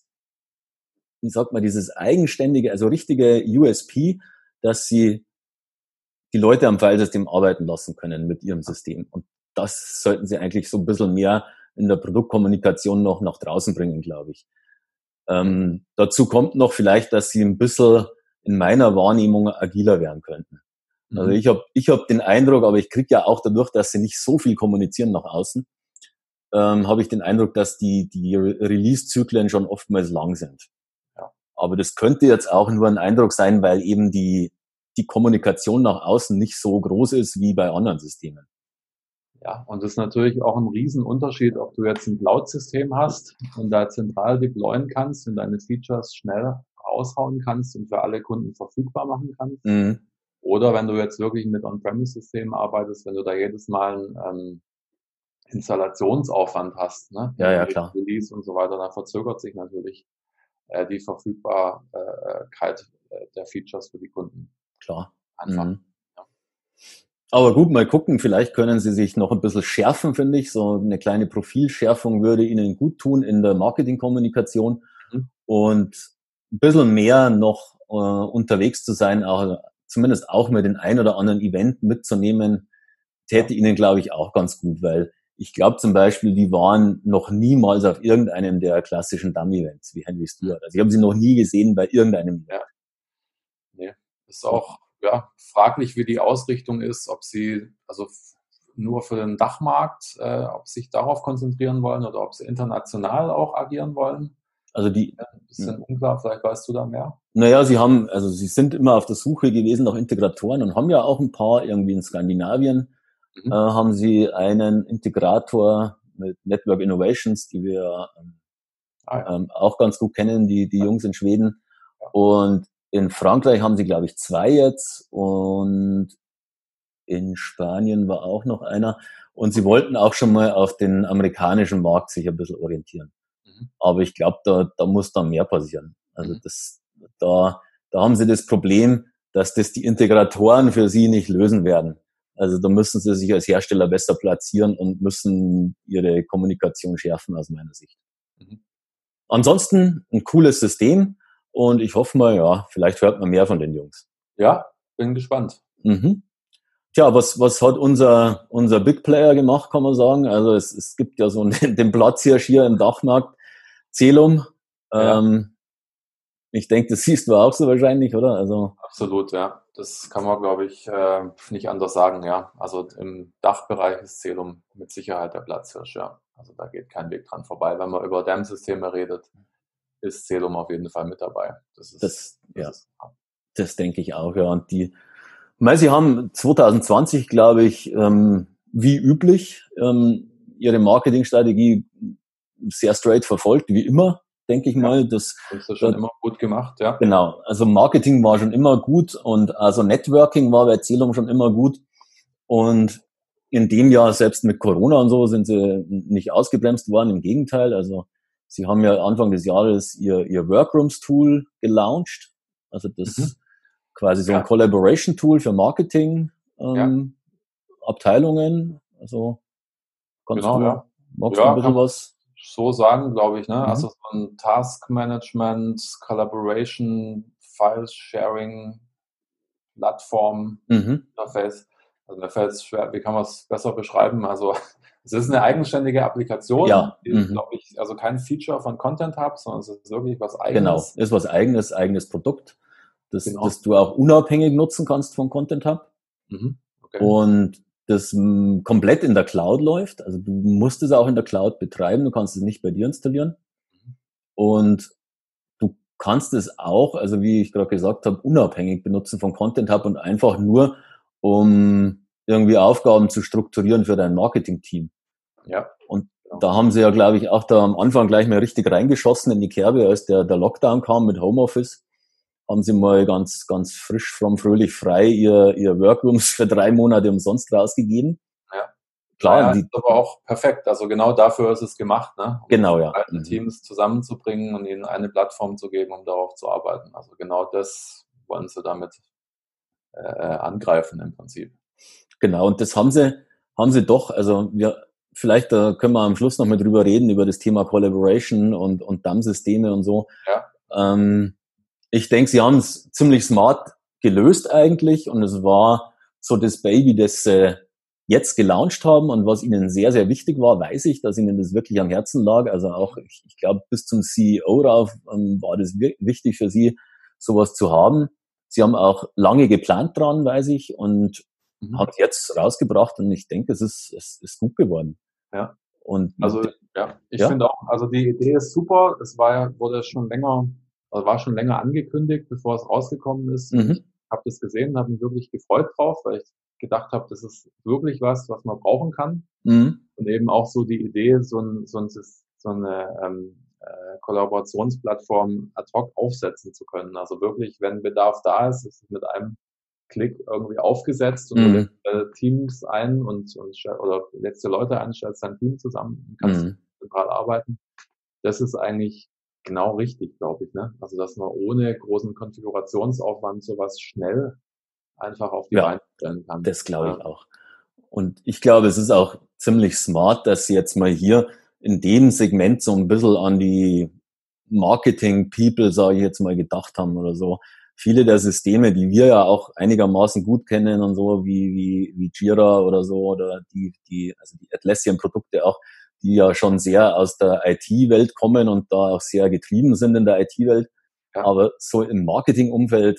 wie sagt man, dieses eigenständige, also richtige U S P, dass sie die Leute am Filesystem arbeiten lassen können mit ihrem System. Und das sollten sie eigentlich so ein bisschen mehr in der Produktkommunikation noch nach draußen bringen, glaube ich. Ähm, dazu kommt noch vielleicht, dass sie ein bisschen in meiner Wahrnehmung agiler werden könnten. Mhm. Also ich habe ich hab den Eindruck, aber ich kriege ja auch dadurch, dass sie nicht so viel kommunizieren nach außen, ähm, habe ich den Eindruck, dass die, die Release-Zyklen schon oftmals lang sind. Ja. Aber das könnte jetzt auch nur ein Eindruck sein, weil eben die die Kommunikation nach außen nicht so groß ist wie bei anderen Systemen. Ja, und das ist natürlich auch ein Riesenunterschied, ob du jetzt ein Cloud-System hast und da zentral deployen kannst und deine Features schnell raushauen kannst und für alle Kunden verfügbar machen kannst. Mhm. Oder wenn du jetzt wirklich mit On-Premise-Systemen arbeitest, wenn du da jedes Mal einen ähm, Installationsaufwand hast, ne, Ja, ja, mit klar. Release und so weiter, dann verzögert sich natürlich äh, die Verfügbarkeit äh, der Features für die Kunden Klar. einfach. Mhm. Ja. Aber gut, mal gucken, vielleicht können Sie sich noch ein bisschen schärfen, finde ich. So eine kleine Profilschärfung würde Ihnen gut tun in der Marketingkommunikation Mhm. und ein bisschen mehr noch äh, unterwegs zu sein, auch, zumindest auch mit den ein oder anderen Event mitzunehmen, täte Ja. Ihnen, glaube ich, auch ganz gut, weil ich glaube zum Beispiel, die waren noch niemals auf irgendeinem der klassischen Dummy-Events wie Henry Stewart. Also ich habe sie noch nie gesehen bei irgendeinem Event. Ja. Nee. Ist auch ja, fraglich, wie die Ausrichtung ist, ob sie also nur für den Dachmarkt, äh, ob sie sich darauf konzentrieren wollen oder ob sie international auch agieren wollen. Also die, Ja, ein bisschen unklar, vielleicht weißt du da mehr. naja, sie haben, also sie sind immer auf der Suche gewesen nach Integratoren und haben ja auch ein paar irgendwie in Skandinavien. Mhm. Äh, haben sie einen Integrator mit Network Innovations, die wir ähm, Ah, ja. ähm, auch ganz gut kennen, die, die Jungs in Schweden. Ja. Und in Frankreich haben sie, glaube ich, zwei jetzt und in Spanien war auch noch einer. Und sie wollten auch schon mal auf den amerikanischen Markt sich ein bisschen orientieren. Mhm. Aber ich glaube, da, da muss dann mehr passieren. Also Mhm. das, da, da haben sie das Problem, dass das die Integratoren für sie nicht lösen werden. Also da müssen sie sich als Hersteller besser platzieren und müssen ihre Kommunikation schärfen aus meiner Sicht. Mhm. Ansonsten ein cooles System und ich hoffe mal, ja, vielleicht hört man mehr von den Jungs. Ja, bin gespannt. Mhm. Tja, was, was hat unser, unser Big Player gemacht, kann man sagen? Also es, es gibt ja so den, den Platzhirsch hier im Dachmarkt, Celum. Ja. Ähm, ich denke, das siehst du auch so wahrscheinlich, oder? Also Absolut, ja. Das kann man, glaube ich, äh, nicht anders sagen, ja. Also im Dachbereich ist Celum mit Sicherheit der Platzhirsch, ja. Also da geht kein Weg dran vorbei. Wenn man über D A M-Systeme redet, ist Celum auf jeden Fall mit dabei. Das ist, das, das ja, ist ja. das denke ich auch, ja. Und die, weil sie haben zwanzig zwanzig, glaube ich, ähm, wie üblich, ähm, ihre Marketingstrategie sehr straight verfolgt, wie immer, denke ich Ja, mal. Das, das ist schon das immer gut gemacht, ja. Genau, also Marketing war schon immer gut und also Networking war bei Celum schon immer gut. Und in dem Jahr, selbst mit Corona und so, sind sie nicht ausgebremst worden, im Gegenteil. Also sie haben ja Anfang des Jahres ihr, ihr Workrooms-Tool gelauncht. Also Mhm. das quasi so ein Ja, Collaboration-Tool für Marketing, ja, ähm, Abteilungen. Also kannst genau, du, ja. magst du ein Ja, kann bisschen man was? so sagen, glaube ich, ne? Mhm. Also so ein Task Management, Collaboration, File Sharing, Plattform, Mhm. Interface. Also mir fällt es schwer, wie kann man es besser beschreiben? Also es ist eine eigenständige Applikation, Ja, die ist, mhm. glaube ich, also kein Feature von Content Hub, sondern es ist wirklich was Genau. Eigenes. Ist was eigenes, eigenes Produkt, das, Genau. das du auch unabhängig nutzen kannst von Content Hub Mhm. Okay. und das mh, komplett in der Cloud läuft. Also du musst es auch in der Cloud betreiben, du kannst es nicht bei dir installieren Mhm. und du kannst es auch, also wie ich gerade gesagt habe, unabhängig benutzen von Content Hub und einfach nur, um irgendwie Aufgaben zu strukturieren für dein Marketing-Team. Ja, Und genau. da haben sie ja, glaube ich, auch da am Anfang gleich mal richtig reingeschossen in die Kerbe, als der, der Lockdown kam mit Homeoffice. Haben sie mal ganz, ganz frisch, fromm, fröhlich, frei ihr, ihr Workrooms für drei Monate umsonst rausgegeben. Ja. Klar, Naja, ist die, aber auch perfekt. Also genau dafür ist es gemacht, ne? Um genau, diese ja. beiden Mhm. Teams zusammenzubringen und ihnen eine Plattform zu geben, um darauf zu arbeiten. Also genau das wollen sie damit äh, angreifen im Prinzip. Genau, und das haben sie, haben sie doch, also wir, vielleicht da können wir am Schluss noch mal drüber reden, über das Thema Collaboration und, und D A M-Systeme und so. Ja. Ähm, ich denke, sie haben es ziemlich smart gelöst eigentlich und es war so das Baby, das sie jetzt gelauncht haben und was ihnen sehr, sehr wichtig war, weiß ich, dass ihnen das wirklich am Herzen lag. Also auch, ich, ich glaube, bis zum C E O rauf ähm, war das wichtig für sie, sowas zu haben. Sie haben auch lange geplant dran, weiß ich, und Mhm. haben es jetzt rausgebracht und ich denke, es ist, es ist gut geworden. Ja. Und mit, Also ja, ich ja, finde auch, also die Idee ist super. Es war ja, wurde schon länger, also war schon länger angekündigt, bevor es rausgekommen ist. Und mhm. habe das gesehen und habe mich wirklich gefreut drauf, weil ich gedacht habe, das ist wirklich was, was man brauchen kann. Mhm. Und eben auch so die Idee, so, ein, so, ein, so eine ähm, äh, Kollaborationsplattform ad hoc aufsetzen zu können. Also wirklich, wenn Bedarf da ist, ist es mit einem Klick irgendwie aufgesetzt und du Mhm. lädst äh, Teams ein und, und oder lädst dir Leute ein, stellst dein Team zusammen und kannst Mhm. zentral arbeiten. Das ist eigentlich genau richtig, glaube ich. Ne? Also dass man ohne großen Konfigurationsaufwand sowas schnell einfach auf die Ja, Beine stellen kann. das glaube Ja, ich auch. Und ich glaube, es ist auch ziemlich smart, dass sie jetzt mal hier in dem Segment so ein bisschen an die Marketing-People, sage ich jetzt mal, gedacht haben oder so. Viele der Systeme, die wir ja auch einigermaßen gut kennen und so, wie, wie, wie Jira oder so, oder die, die, also die Atlassian-Produkte auch, die ja schon sehr aus der I T-Welt kommen und da auch sehr getrieben sind in der I T-Welt. ja. Aber so im Marketing-Umfeld,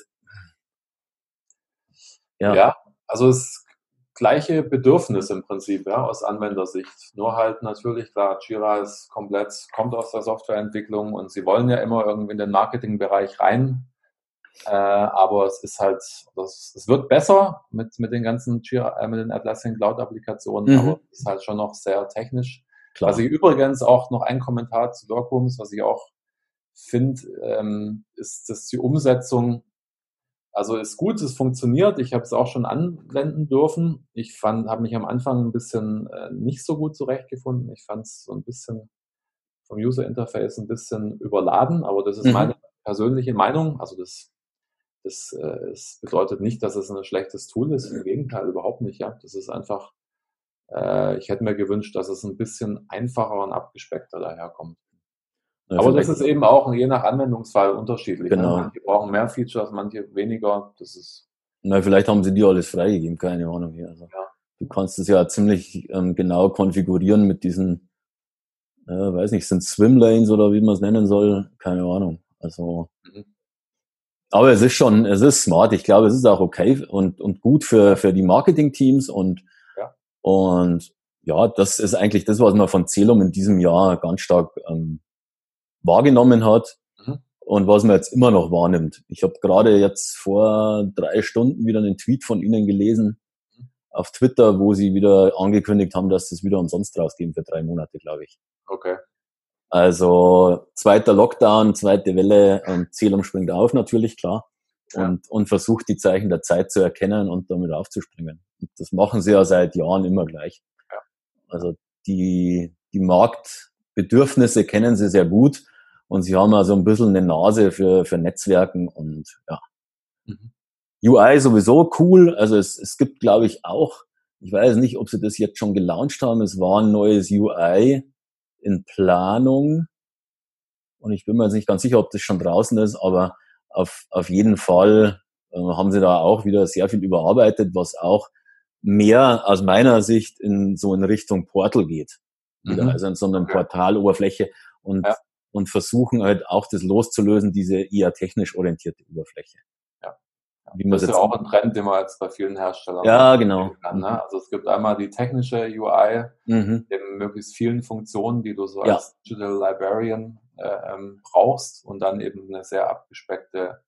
ja. Ja, also das gleiche Bedürfnis im Prinzip, ja, aus Anwendersicht. Nur halt natürlich, klar, Jira ist komplett, kommt aus der Softwareentwicklung und sie wollen ja immer irgendwie in den Marketingbereich rein. Äh, aber es ist halt, das, es wird besser mit, mit den ganzen Jira, äh, mit den Atlassian Cloud-Applikationen, Mhm. aber es ist halt schon noch sehr technisch. Klar. Was ich übrigens auch noch ein Kommentar zu Workrooms, was ich auch finde, ähm, ist, dass die Umsetzung, also ist gut, es funktioniert. Ich habe es auch schon anwenden dürfen. Ich fand, habe mich am Anfang ein bisschen äh, nicht so gut zurechtgefunden. Ich fand es so ein bisschen vom User Interface ein bisschen überladen, aber das ist meine Mhm. persönliche Meinung. Also das, das, äh, es bedeutet nicht, dass es ein schlechtes Tool ist. Im Gegenteil, überhaupt nicht. Ja, das ist einfach. Äh, ich hätte mir gewünscht, dass es ein bisschen einfacher und abgespeckter daherkommt. Na, Aber das vielleicht, ist eben auch je nach Anwendungsfall unterschiedlich. Ne? genau. Manche brauchen mehr Features, manche weniger. Das ist Na, vielleicht haben sie dir alles freigegeben, keine Ahnung hier. Also, ja. du kannst es ja ziemlich ähm, genau konfigurieren mit diesen, äh, weiß nicht, sind Swimlanes oder wie man es nennen soll, keine Ahnung. Also, Mhm. aber es ist schon, es ist smart. Ich glaube, es ist auch okay und und gut für für die Marketing-Teams und Ja. und ja, das ist eigentlich das, was man von Celum in diesem Jahr ganz stark ähm, wahrgenommen hat. Mhm. Und was man jetzt immer noch wahrnimmt. Ich habe gerade jetzt vor drei Stunden wieder einen Tweet von Ihnen gelesen auf Twitter, wo Sie wieder angekündigt haben, dass Sie es wieder umsonst rausgeben für drei Monate, glaube ich. Okay. Also zweiter Lockdown, zweite Welle, und Celum springt auf natürlich, klar. Und, Ja. und versucht die Zeichen der Zeit zu erkennen und damit aufzuspringen. Und das machen sie ja seit Jahren immer gleich. Ja. Also die, die Marktbedürfnisse kennen sie sehr gut. Und sie haben also ein bisschen eine Nase für, für Netzwerken und ja. Mhm. U I sowieso cool. Also es, es gibt, glaube ich, auch, ich weiß nicht, ob sie das jetzt schon gelauncht haben. Es war ein neues U I in Planung. Und ich bin mir jetzt nicht ganz sicher, ob das schon draußen ist, aber auf, auf jeden Fall äh, haben sie da auch wieder sehr viel überarbeitet, was auch mehr aus meiner Sicht in so in Richtung Portal geht. Wieder, Mhm. also in so einer Okay. Portaloberfläche und, Ja. und versuchen halt auch das loszulösen, diese eher technisch orientierte Oberfläche. Ja. Wie man Das es ist ja jetzt, auch ein Trend, den man jetzt bei vielen Herstellern ja, genau. sehen kann. Mhm. Ne? Also es gibt einmal die technische U I, Mhm. eben möglichst vielen Funktionen, die du so Ja, als Digital Librarian äh, ähm, brauchst und dann eben eine sehr abgespeckte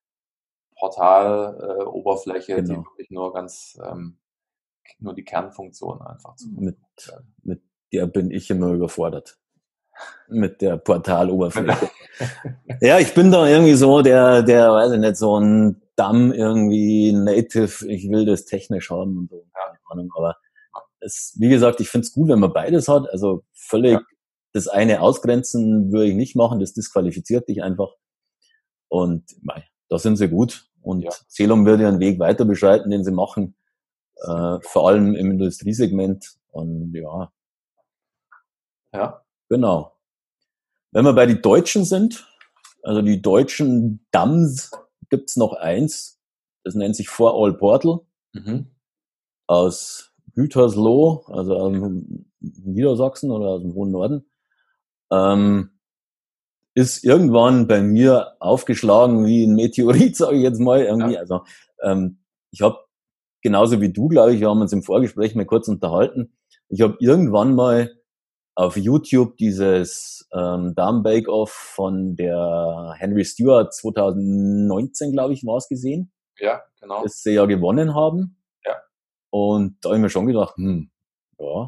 Portal-Oberfläche, die genau. wirklich nur ganz ähm, nur die Kernfunktionen einfach zur Mit, Verfügung stellen. mit der bin ich immer überfordert. Mit der Portaloberfläche. Ja, ich bin da irgendwie so der, der, weiß ich nicht, so ein Damm irgendwie native, ich will das technisch haben und so, keine Ahnung, aber es, wie gesagt, ich finde es gut, wenn man beides hat, also völlig Ja. das eine ausgrenzen würde ich nicht machen, das disqualifiziert dich einfach und mei, da sind sie gut und Ja. Celum wird ihren Weg weiter beschreiten, den sie machen, äh, vor allem im Industriesegment und ja, Ja. genau. Wenn wir bei den Deutschen sind, also die deutschen D A Ms, gibt's noch eins, das nennt sich For All Portal Mhm. aus Gütersloh, also aus dem Niedersachsen oder aus dem hohen Norden. Ähm, ist irgendwann bei mir aufgeschlagen wie ein Meteorit, sage ich jetzt mal irgendwie. Ja. Also ähm, ich habe genauso wie du, glaube ich, wir haben uns im Vorgespräch mal kurz unterhalten. Ich habe irgendwann mal auf YouTube dieses ähm, Darm Bake Off von der Henry Stewart zwanzig neunzehn, glaube ich, war es gesehen. Ja, genau. das sie ja gewonnen haben. Ja. Und da habe ich mir schon gedacht, hm, ja,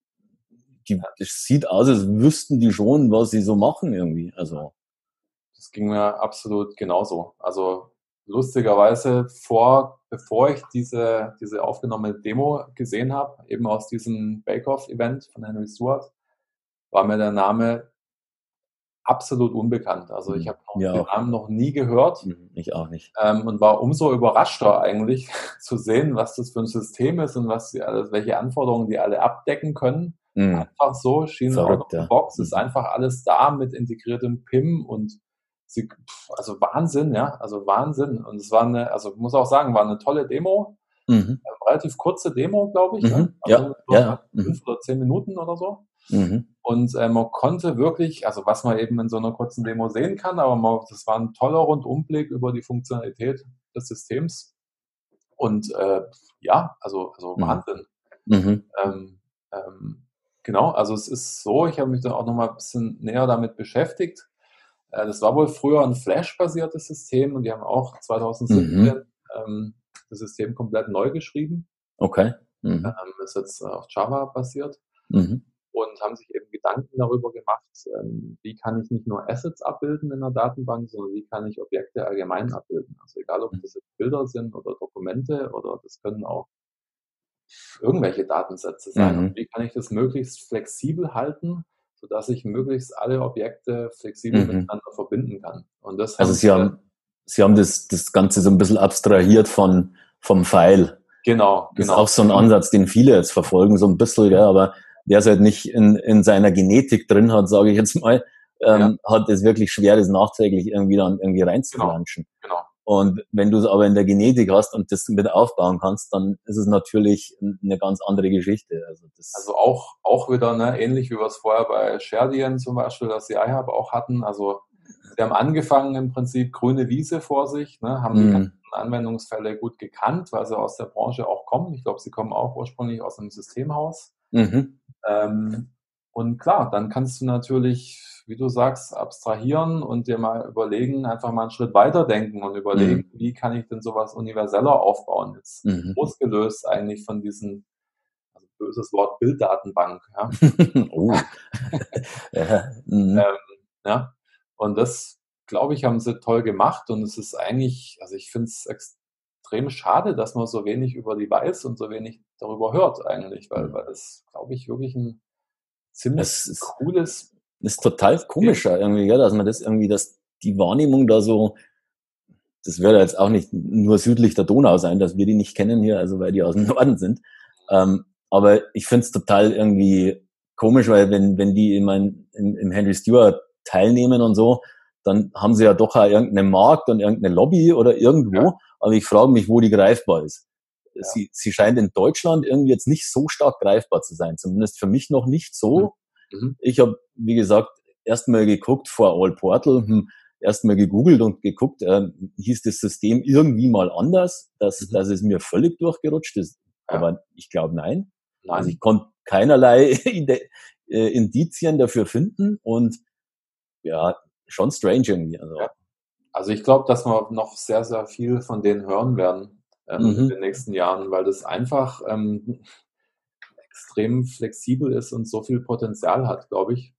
die, das sieht aus, als wüssten die schon, was sie so machen irgendwie. Also. Das ging mir absolut genauso. Also lustigerweise vor, bevor ich diese, diese aufgenommene Demo gesehen habe, eben aus diesem Bake-Off-Event von Henry Stewart, war mir der Name absolut unbekannt. Also ich habe Mir den auch. Namen noch nie gehört. Ich auch nicht. Ähm, und war umso überraschter eigentlich zu sehen, was das für ein System ist und was die alles, welche Anforderungen die alle abdecken können. Mhm. Einfach so, schien out of Verrückt, the ja. box, ist Mhm. einfach alles da mit integriertem P I M und sie, pff, also Wahnsinn, ja, also Wahnsinn. Und es war eine, also ich muss auch sagen, war eine tolle Demo, Mhm. eine relativ kurze Demo, glaube ich, ne? Mhm. Also Ja, so ja. fünf Mhm. oder zehn Minuten oder so. Mhm. Und äh, man konnte wirklich, also was man eben in so einer kurzen Demo sehen kann, aber man, das war ein toller Rundumblick über die Funktionalität des Systems. Und äh, ja, also, also Mhm. Wahnsinn. Mhm. Ähm, ähm, genau, also es ist so, ich habe mich dann auch nochmal ein bisschen näher damit beschäftigt. Äh, das war wohl früher ein Flash-basiertes System und die haben auch zwanzig siebzehn Mhm. ähm, das System komplett neu geschrieben. Okay. Mhm. Ähm, ist jetzt äh, auf Java basiert. Mhm. Und haben sich eben Gedanken darüber gemacht, ähm, wie kann ich nicht nur Assets abbilden in der Datenbank, sondern wie kann ich Objekte allgemein abbilden. Also egal, ob das jetzt Bilder sind oder Dokumente oder das können auch irgendwelche Datensätze sein. Und Mhm. wie kann ich das möglichst flexibel halten, sodass ich möglichst alle Objekte flexibel Mhm. miteinander verbinden kann. Und das Also haben Sie wir, haben, Sie haben das, das Ganze so ein bisschen abstrahiert von, vom File. genau, Das ist genau. auch so ein Ansatz, den viele jetzt verfolgen, so ein bisschen, ja, aber wer es halt nicht in, in seiner Genetik drin hat, sage ich jetzt mal, Ja, ähm, hat es wirklich schwer, das nachträglich irgendwie dann irgendwie genau, reinzuflanschen. genau. Und wenn du es aber in der Genetik hast und das mit aufbauen kannst, dann ist es natürlich eine ganz andere Geschichte. Also das, Also auch, auch wieder, ne, ähnlich wie wir es vorher bei Shardien zum Beispiel, das C I-Hub auch hatten. Also sie haben angefangen im Prinzip grüne Wiese vor sich, ne, haben die ganzen mh, Anwendungsfälle gut gekannt, weil sie aus der Branche auch kommen. Ich glaube, sie kommen auch ursprünglich aus einem Systemhaus. mhm, Ähm, und klar, dann kannst du natürlich, wie du sagst, abstrahieren und dir mal überlegen, einfach mal einen Schritt weiter denken und überlegen, mh, wie kann ich denn sowas universeller aufbauen? Jetzt mhm. losgelöst eigentlich von diesen, also böses Wort, Bilddatenbank, ja. Oh. Ja, mhm, Ähm, ja. Und das, glaube ich, haben sie toll gemacht und es ist eigentlich, also ich finde es extrem schade, dass man so wenig über die weiß und so wenig darüber hört eigentlich, weil, mhm. weil das, glaube ich, wirklich ein ziemlich Es ist, cooles ist total System. komisch ja, irgendwie, ja, dass man das irgendwie, dass die Wahrnehmung da so, das wird jetzt auch nicht nur südlich der Donau sein, dass wir die nicht kennen hier, also weil die aus dem Norden sind. Ähm, aber ich finde es total irgendwie komisch, weil wenn, wenn die in mein, im, im Henry Stewart teilnehmen und so, dann haben sie ja doch auch irgendeinen Markt und irgendeine Lobby oder Ja, irgendwo. Aber ich frage mich, wo die greifbar ist. ja. Sie, sie scheint in Deutschland irgendwie jetzt nicht so stark greifbar zu sein. Zumindest für mich noch nicht Mhm. so. Mhm. Ich habe, wie gesagt, erstmal geguckt vor All Portal, hm, erstmal gegoogelt und geguckt, äh, hieß das System irgendwie mal anders, dass, Mhm. dass es mir völlig durchgerutscht ist. Ja. Aber ich glaube nein. Also Nein. ich konnte keinerlei Ide- äh, Indizien dafür finden und ja, schon strange irgendwie. Also, Ja. Also ich glaube, dass wir noch sehr, sehr viel von denen hören werden ähm, in mhm, den nächsten Jahren, weil das einfach ähm, extrem flexibel ist und so viel Potenzial hat, glaube ich.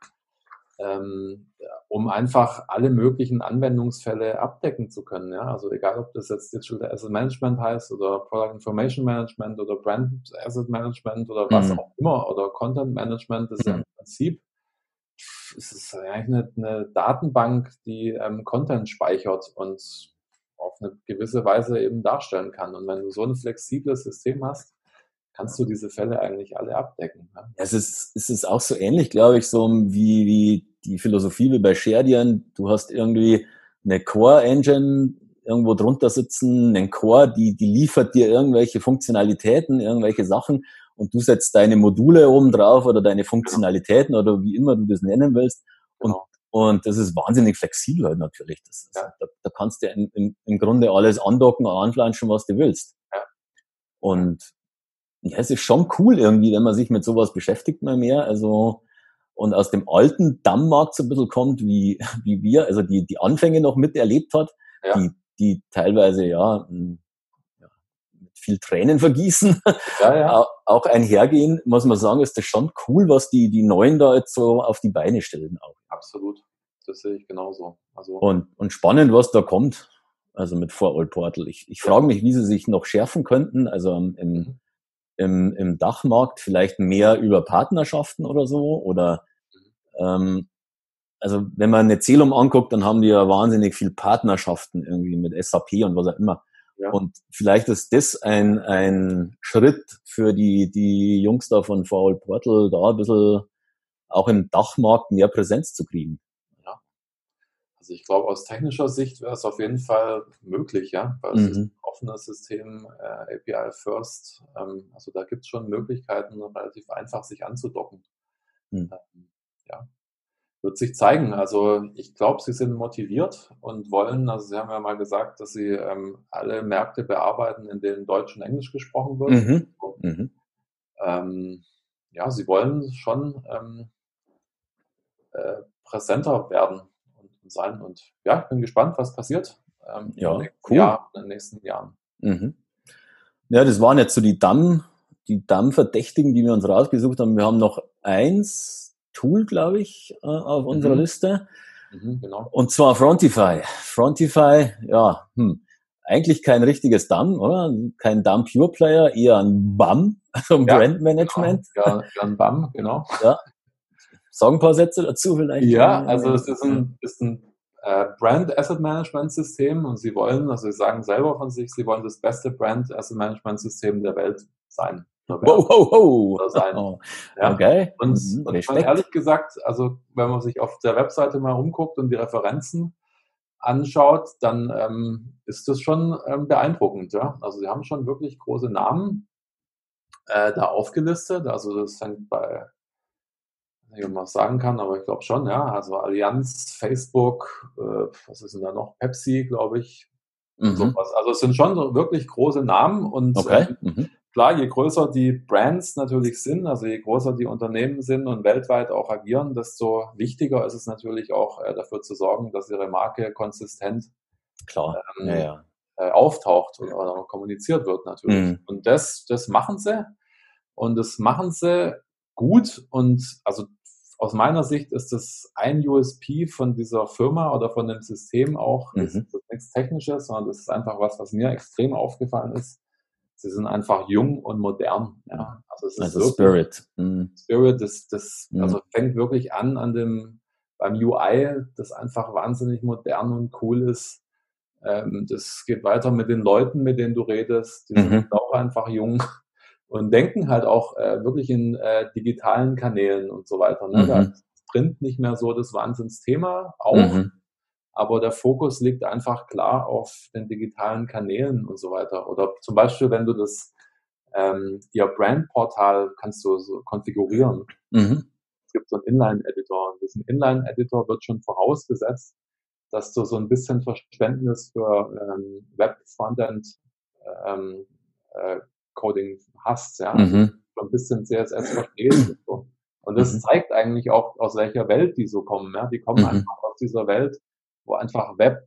Ähm, ja, um einfach alle möglichen Anwendungsfälle abdecken zu können. Ja? Also egal, ob das jetzt Digital Asset Management heißt oder Product Information Management oder Brand Asset Management oder was mhm, auch immer oder Content Management, das ist ja mhm. im Prinzip, es ist eigentlich eine, eine Datenbank, die ähm, Content speichert und auf eine gewisse Weise eben darstellen kann. Und wenn du so ein flexibles System hast, kannst du diese Fälle eigentlich alle abdecken. Ja? Es ist, es ist auch so ähnlich, glaube ich, so wie, wie die Philosophie wie bei Sheridan. Du hast irgendwie eine Core-Engine irgendwo drunter sitzen, einen Core, die, die liefert dir irgendwelche Funktionalitäten, irgendwelche Sachen und du setzt deine Module oben drauf oder deine Genau, Funktionalitäten oder wie immer du das nennen willst und, genau. und das ist wahnsinnig flexibel halt natürlich. Das ist, Ja, da, da kannst du im, im, im Grunde alles andocken, anflanschen, was du willst. ja, ja. Und ja, es ist schon cool irgendwie, wenn man sich mit sowas beschäftigt mal mehr. Also, und aus dem alten Dammmarkt so ein bisschen kommt, wie, wie wir, also die, die Anfänge noch miterlebt hat, Ja. die, die teilweise ja, ja mit viel Tränen vergießen, Ja, ja. auch einhergehen, muss man sagen, ist das schon cool, was die, die Neuen da jetzt so auf die Beine stellen auch. Absolut. Das sehe ich genauso. Also Und, und spannend, was da kommt. Also mit For All Portal. Ich, ich frage mich, wie sie sich noch schärfen könnten. Also im, im, im, im Dachmarkt vielleicht mehr über Partnerschaften oder so. Oder ähm, also wenn man eine Zelum anguckt, dann haben die ja wahnsinnig viel Partnerschaften irgendwie mit S A P und was auch immer. Ja. Und vielleicht ist das ein, ein Schritt für die, die Jungs da von For All Portal, da ein bisschen auch im Dachmarkt mehr Präsenz zu kriegen. Ja. Also ich glaube, aus technischer Sicht wäre es auf jeden Fall möglich, ja, weil es mhm. ist ein offenes System, äh, A P I First. Ähm, also da gibt es schon Möglichkeiten, relativ einfach sich anzudocken. Mhm. Ähm, ja. Wird sich zeigen. Also ich glaube, sie sind motiviert und wollen, also sie haben ja mal gesagt, dass sie ähm, alle Märkte bearbeiten, in denen Deutsch und Englisch gesprochen wird. Mhm. Und, mhm. ähm, ja, sie wollen schon ähm, äh, präsenter werden und, und sein. Und ja, ich bin gespannt, was passiert ähm, ja, im cool. Jahr, in den nächsten Jahren. Mhm. Ja, das waren jetzt so die Damm, die Damm-Verdächtigen, die wir uns rausgesucht haben. Wir haben noch eins Tool, glaube ich, auf unserer Mhm. Liste. Mhm, genau. Und zwar Frontify. Frontify, ja, hm, eigentlich kein richtiges D A M, oder? Kein D A M Pure Player, eher ein B A M, also ein ja, Brand Management. Genau. Ja, ja, ein B A M, genau. Ja. Sag ein paar Sätze dazu vielleicht. Ja, also es ist ein, ist ein äh, Brand Asset Management System und sie wollen, also sie sagen selber von sich, sie wollen das beste Brand Asset Management System der Welt sein. Wow, wow, wow. Sein. Oh, ja. Okay. Und, Mhm. und man, ehrlich gesagt, also wenn man sich auf der Webseite mal umguckt und die Referenzen anschaut, dann ähm, ist das schon ähm, beeindruckend. Ja? Also sie haben schon wirklich große Namen äh, da aufgelistet. Also das fängt bei, ich weiß nicht, ob man das sagen kann, aber ich glaube schon, ja. Also Allianz, Facebook, äh, was ist denn da noch? Pepsi, glaube ich. Mhm. Sowas. Also es sind schon wirklich große Namen und Okay. ähm, Mhm. klar, je größer die Brands natürlich sind, also je größer die Unternehmen sind und weltweit auch agieren, desto wichtiger ist es natürlich auch äh, dafür zu sorgen, dass ihre Marke konsistent Klar. ähm, Ja, ja. äh, auftaucht oder, oder kommuniziert wird natürlich. Mhm. Und das, das machen sie und das machen sie gut und also aus meiner Sicht ist das ein U S P von dieser Firma oder von dem System auch, Mhm. ist, ist nichts Technisches, sondern das ist einfach was, was mir extrem aufgefallen ist. Sie sind einfach jung und modern. Ja. Also, es ist Also wirklich, Spirit. Mhm. Spirit, das, das Mhm. also fängt wirklich an an dem beim U I, das einfach wahnsinnig modern und cool ist. Ähm, das geht weiter mit den Leuten, mit denen du redest. Die Mhm. sind auch einfach jung und denken halt auch äh, wirklich in äh, digitalen Kanälen und so weiter. Ne? Mhm. Da ist Print nicht mehr so das Wahnsinnsthema, auch. Mhm. Aber der Fokus liegt einfach klar auf den digitalen Kanälen und so weiter. Oder zum Beispiel, wenn du das, ähm, ihr Brandportal kannst du so konfigurieren. Mhm. Es gibt so einen Inline-Editor. Und diesem Inline-Editor wird schon vorausgesetzt, dass du so ein bisschen Verständnis für ähm, Web-Frontend ähm, äh, Coding hast, ja. Also Mhm. so ein bisschen C S S verstehst und so. Und das Mhm. zeigt eigentlich auch, aus welcher Welt die so kommen. Ja? Die kommen Mhm. einfach aus dieser Welt, wo einfach Web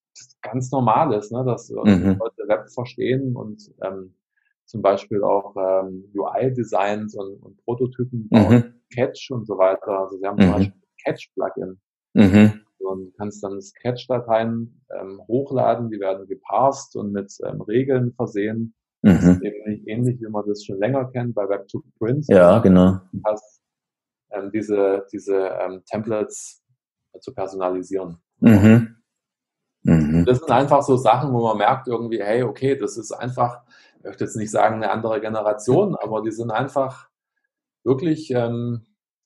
ganz normal ist, ne? Dass Mhm. Leute Web verstehen und ähm, zum Beispiel auch ähm, U I-Designs und, und Prototypen bauen, Mhm. Sketch und so weiter. Also sie haben zum Mhm. Beispiel ein Sketch-Plugin. Mhm. Und kannst dann Sketch-Dateien ähm, hochladen, die werden geparst und mit ähm, Regeln versehen. Das ist Mhm. eben ähnlich, wie man das schon länger kennt bei Web to Print. Ja, genau. Du hast ähm, diese, diese ähm, Templates äh, zu personalisieren. Mhm. Mhm. Das sind einfach so Sachen, wo man merkt irgendwie, hey, okay, das ist einfach, ich möchte jetzt nicht sagen eine andere Generation, aber die sind einfach wirklich ähm,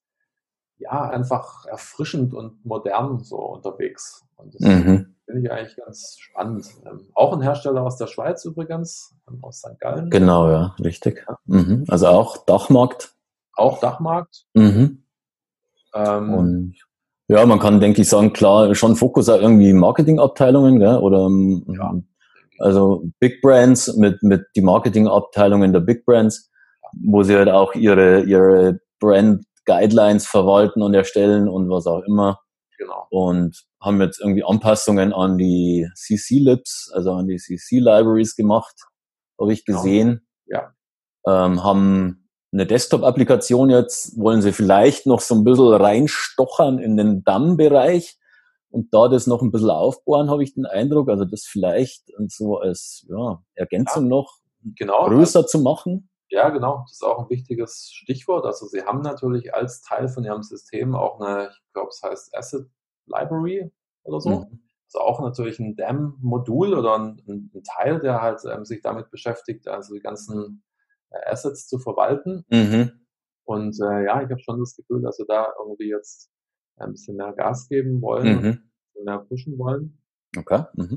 ja, einfach erfrischend und modern so unterwegs. Und das Mhm. finde ich eigentlich ganz spannend. Ähm, auch ein Hersteller aus der Schweiz übrigens, ähm, aus Sankt Gallen. Genau, ja, richtig. Ja. Mhm. Also auch Dachmarkt. Auch Dachmarkt. Mhm. Ähm, Und ja, man kann, denke ich, sagen, klar, schon Fokus auf irgendwie Marketingabteilungen, gell? Oder ja, also Big Brands mit, mit die Marketingabteilungen der Big Brands, wo sie halt auch ihre, ihre Brand Guidelines verwalten und erstellen und was auch immer. Genau. Und haben jetzt irgendwie Anpassungen an die C C-Libs, also an die C C-Libraries gemacht, habe ich gesehen. Genau. Ja. Ähm, haben eine Desktop-Applikation jetzt, wollen sie vielleicht noch so ein bisschen reinstochern in den D A M-Bereich und da das noch ein bisschen aufbauen, habe ich den Eindruck, also das vielleicht so als ja, Ergänzung ja, noch genau. größer Also, zu machen. ja, genau. Das ist auch ein wichtiges Stichwort. Also Sie haben natürlich als Teil von Ihrem System auch eine, ich glaube, es heißt Asset Library oder so. Mhm. Also auch natürlich ein D A M-Modul oder ein, ein, ein Teil, der halt ähm, sich damit beschäftigt, also die ganzen äh, Assets zu verwalten. Mhm. Und äh, ja, ich habe schon das Gefühl, dass wir da irgendwie jetzt ein bisschen mehr Gas geben wollen und Mhm. mehr pushen wollen. Okay. Mhm.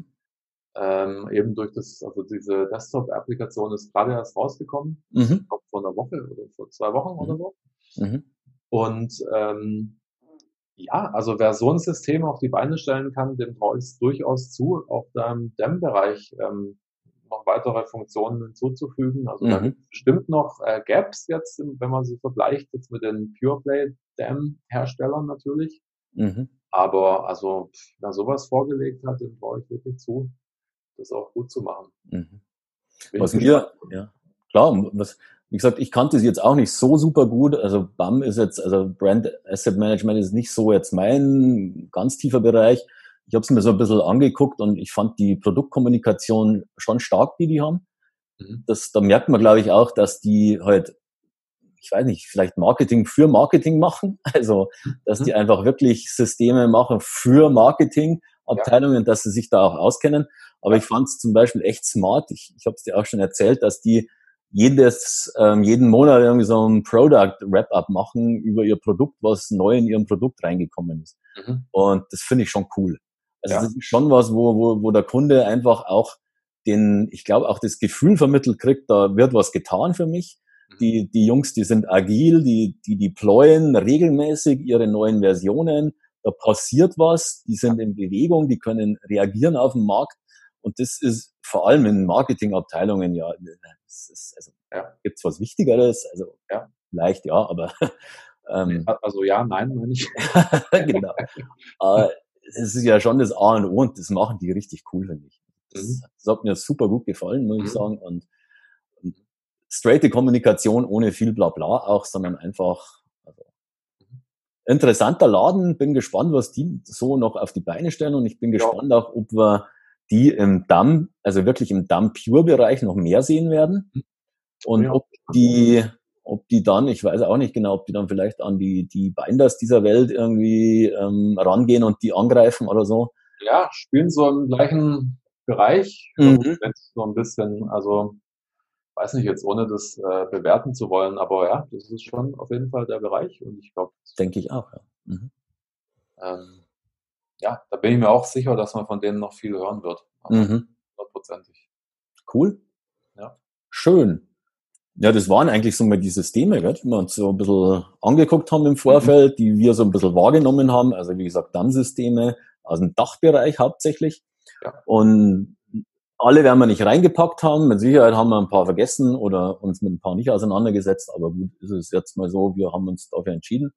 Ähm, eben durch das, also diese Desktop-Applikation ist gerade erst rausgekommen, Mhm. ich glaube vor einer Woche oder vor zwei Wochen oder Mhm. so. Mhm. Und ähm, ja, also wer so ein System auf die Beine stellen kann, dem traue ich es durchaus zu, auch da im D A M-Bereich ähm, noch weitere Funktionen hinzuzufügen. Also da Mhm. gibt es bestimmt noch äh, Gaps jetzt, im- wenn man sie vergleicht jetzt mit den Pure-Play-D A M-Herstellern natürlich. Mhm. Aber also pff, wer sowas vorgelegt hat, dem traue ich wirklich zu, das auch gut zu machen. Mhm. Bin ich Was gespannt. mir, ja, klar, was, wie gesagt, ich kannte sie jetzt auch nicht so super gut. Also B A M ist jetzt, also Brand Asset Management ist nicht so jetzt mein ganz tiefer Bereich. Ich habe es mir so ein bisschen angeguckt und ich fand die Produktkommunikation schon stark, die die haben. Mhm. Das, da merkt man, glaube ich, auch, dass die halt, ich weiß nicht, vielleicht Marketing für Marketing machen. Also, dass die Mhm. einfach wirklich Systeme machen für Ja, Marketingabteilungen, dass sie sich da auch auskennen. Aber ja, ich fand es zum Beispiel echt smart. Ich, ich habe es dir auch schon erzählt, dass die jedes, ähm, jeden Monat irgendwie so ein Product Wrap-up machen über ihr Produkt, was neu in ihrem Produkt reingekommen ist. mhm. Und das finde ich schon cool. Also Ja, das ist schon was, wo, wo, wo der Kunde einfach auch den, ich glaube, auch das Gefühl vermittelt kriegt, da wird was getan für mich. mhm. Die, die Jungs, die sind agil, die, die deployen regelmäßig ihre neuen Versionen. Da passiert was, die sind in Bewegung, die können reagieren auf den Markt. Und das ist vor allem in Marketingabteilungen ja, das ist, also Ja, gibt's was Wichtigeres? Also ja. vielleicht ja, aber Ne, ähm, a also ja, nein, meine ich. genau. Aber es ist ja schon das A und O und das machen die richtig cool, finde ich. Das, Mhm, das hat mir super gut gefallen, muss ich mhm, sagen. Und, und straighte Kommunikation ohne viel Blabla auch, sondern einfach also, mhm. interessanter Laden. Bin gespannt, was die so noch auf die Beine stellen und ich bin Ja, gespannt auch, ob wir die im D A M, also wirklich im D A M-Pure-Bereich noch mehr sehen werden. mhm. Bin Und ich auch ob gespannt. die, ob die dann, ich weiß auch nicht genau, ob die dann vielleicht an die, die Binders dieser Welt irgendwie ähm, rangehen und die angreifen oder so. Ja, spielen so im gleichen Bereich, im Mhm. Moment so ein bisschen, also weiß nicht jetzt, ohne das äh, bewerten zu wollen, aber ja, das ist schon auf jeden Fall der Bereich und ich glaube, Denke ich auch, ja. Mhm. ähm, ja, da bin ich mir auch sicher, dass man von denen noch viel hören wird. Also Mhm. hundertprozentig. Cool. Ja. Schön. Ja, das waren eigentlich so mal die Systeme, gell, die wir uns so ein bisschen angeguckt haben im Mhm. Vorfeld, die wir so ein bisschen wahrgenommen haben. Also wie gesagt, D A M-Systeme aus dem Dachbereich hauptsächlich. Ja. Und alle werden wir nicht reingepackt haben. Mit Sicherheit haben wir ein paar vergessen oder uns mit ein paar nicht auseinandergesetzt. Aber gut, ist es jetzt mal so, wir haben uns dafür entschieden.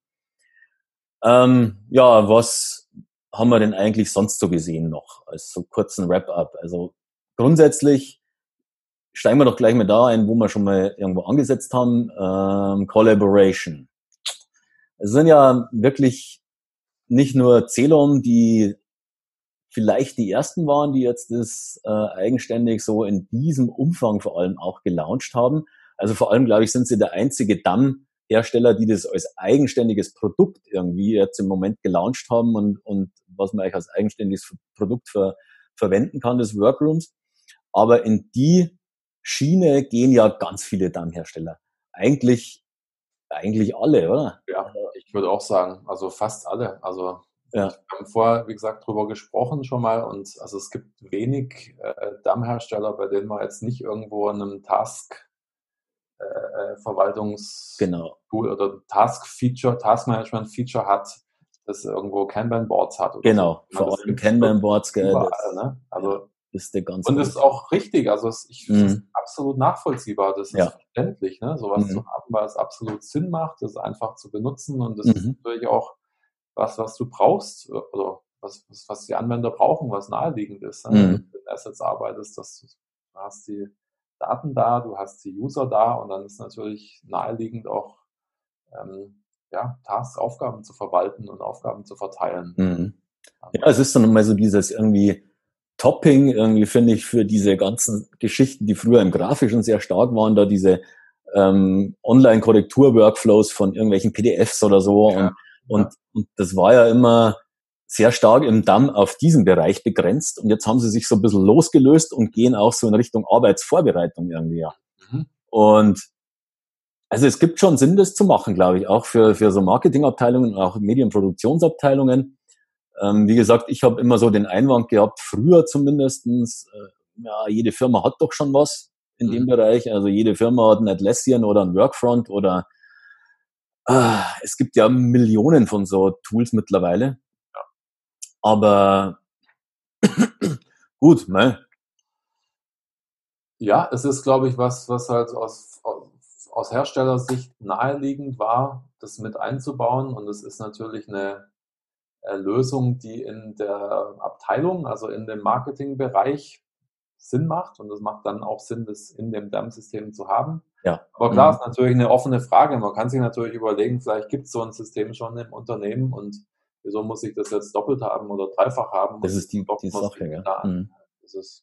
Ähm, ja, was haben wir denn eigentlich sonst so gesehen noch als so kurzen Wrap-up? Also grundsätzlich steigen wir doch gleich mal da ein, wo wir schon mal irgendwo angesetzt haben. Ähm, Collaboration. Es sind ja wirklich nicht nur Celum, die vielleicht die ersten waren, die jetzt das äh, eigenständig so in diesem Umfang vor allem auch gelauncht haben. Also vor allem, glaube ich, sind sie der einzige D A M-Hersteller, die das als eigenständiges Produkt irgendwie jetzt im Moment gelauncht haben und, und was man eigentlich als eigenständiges Produkt ver, verwenden kann, des Workrooms. Aber in die Schiene gehen ja ganz viele D A M-Hersteller. Eigentlich, eigentlich alle, oder? Ja, ich würde auch sagen, also fast alle. Also ich, Ja, wir haben vorher, wie gesagt, drüber gesprochen schon mal und also es gibt wenig äh, D A M-Hersteller, bei denen man jetzt nicht irgendwo in einem Task äh, äh, genau. Verwaltungstool oder Task-Feature, Task-Management-Feature hat, das irgendwo Kanban-Boards hat oder so. Genau. Ich meine, Vor das allem gibt es wirklich Kanban-Boards, gell, überall, das ne? ja, Also ist der ganz und das ist große. auch richtig, also es, ich, das ist Mhm. absolut nachvollziehbar, das ist Ja. verständlich, ne, sowas zu Mhm. haben, weil es absolut Sinn macht, das einfach zu benutzen und das ist Mhm. natürlich auch was, was du brauchst oder was, was, was die Anwender brauchen, was naheliegend ist. Ne? Wenn du Mhm. mit Assets arbeitest, dass du, du hast die Daten da, du hast die User da und dann ist natürlich naheliegend auch ähm, ja, Tasks, Aufgaben zu verwalten und Aufgaben zu verteilen. Mhm. Ja, es ist dann mal so dieses irgendwie Topping, irgendwie finde ich, für diese ganzen Geschichten, die früher im Grafischen sehr stark waren, da diese ähm, Online-Korrektur-Workflows von irgendwelchen P D Fs oder so. Ja, Und, ja. und, und das war ja immer sehr stark im D A M auf diesen Bereich begrenzt. Und jetzt haben sie sich so ein bisschen losgelöst und gehen auch so in Richtung Arbeitsvorbereitung irgendwie. Ja. Mhm. Und also es gibt schon Sinn, das zu machen, glaube ich, auch für, für so Marketingabteilungen, auch Medienproduktionsabteilungen. Ähm, wie gesagt, ich habe immer so den Einwand gehabt, früher zumindestens, äh, ja, jede Firma hat doch schon was in dem Mhm. Bereich. Also jede Firma hat ein Atlassian oder ein Workfront oder ah, es gibt ja Millionen von so Tools mittlerweile. Aber gut, ne? Ja, es ist, glaube ich, was, was halt aus, aus Herstellersicht naheliegend war, das mit einzubauen. Und es ist natürlich eine äh, Lösung, die in der Abteilung, also in dem Marketingbereich Sinn macht. Und es macht dann auch Sinn, das in dem D A M-System zu haben. Ja. Aber klar, Mhm. ist natürlich eine offene Frage. Man kann sich natürlich überlegen, vielleicht gibt es so ein System schon im Unternehmen und wieso muss ich das jetzt doppelt haben oder dreifach haben Das und ist die, dockt die man sich Sache, ja. da an. Mhm. Das ist,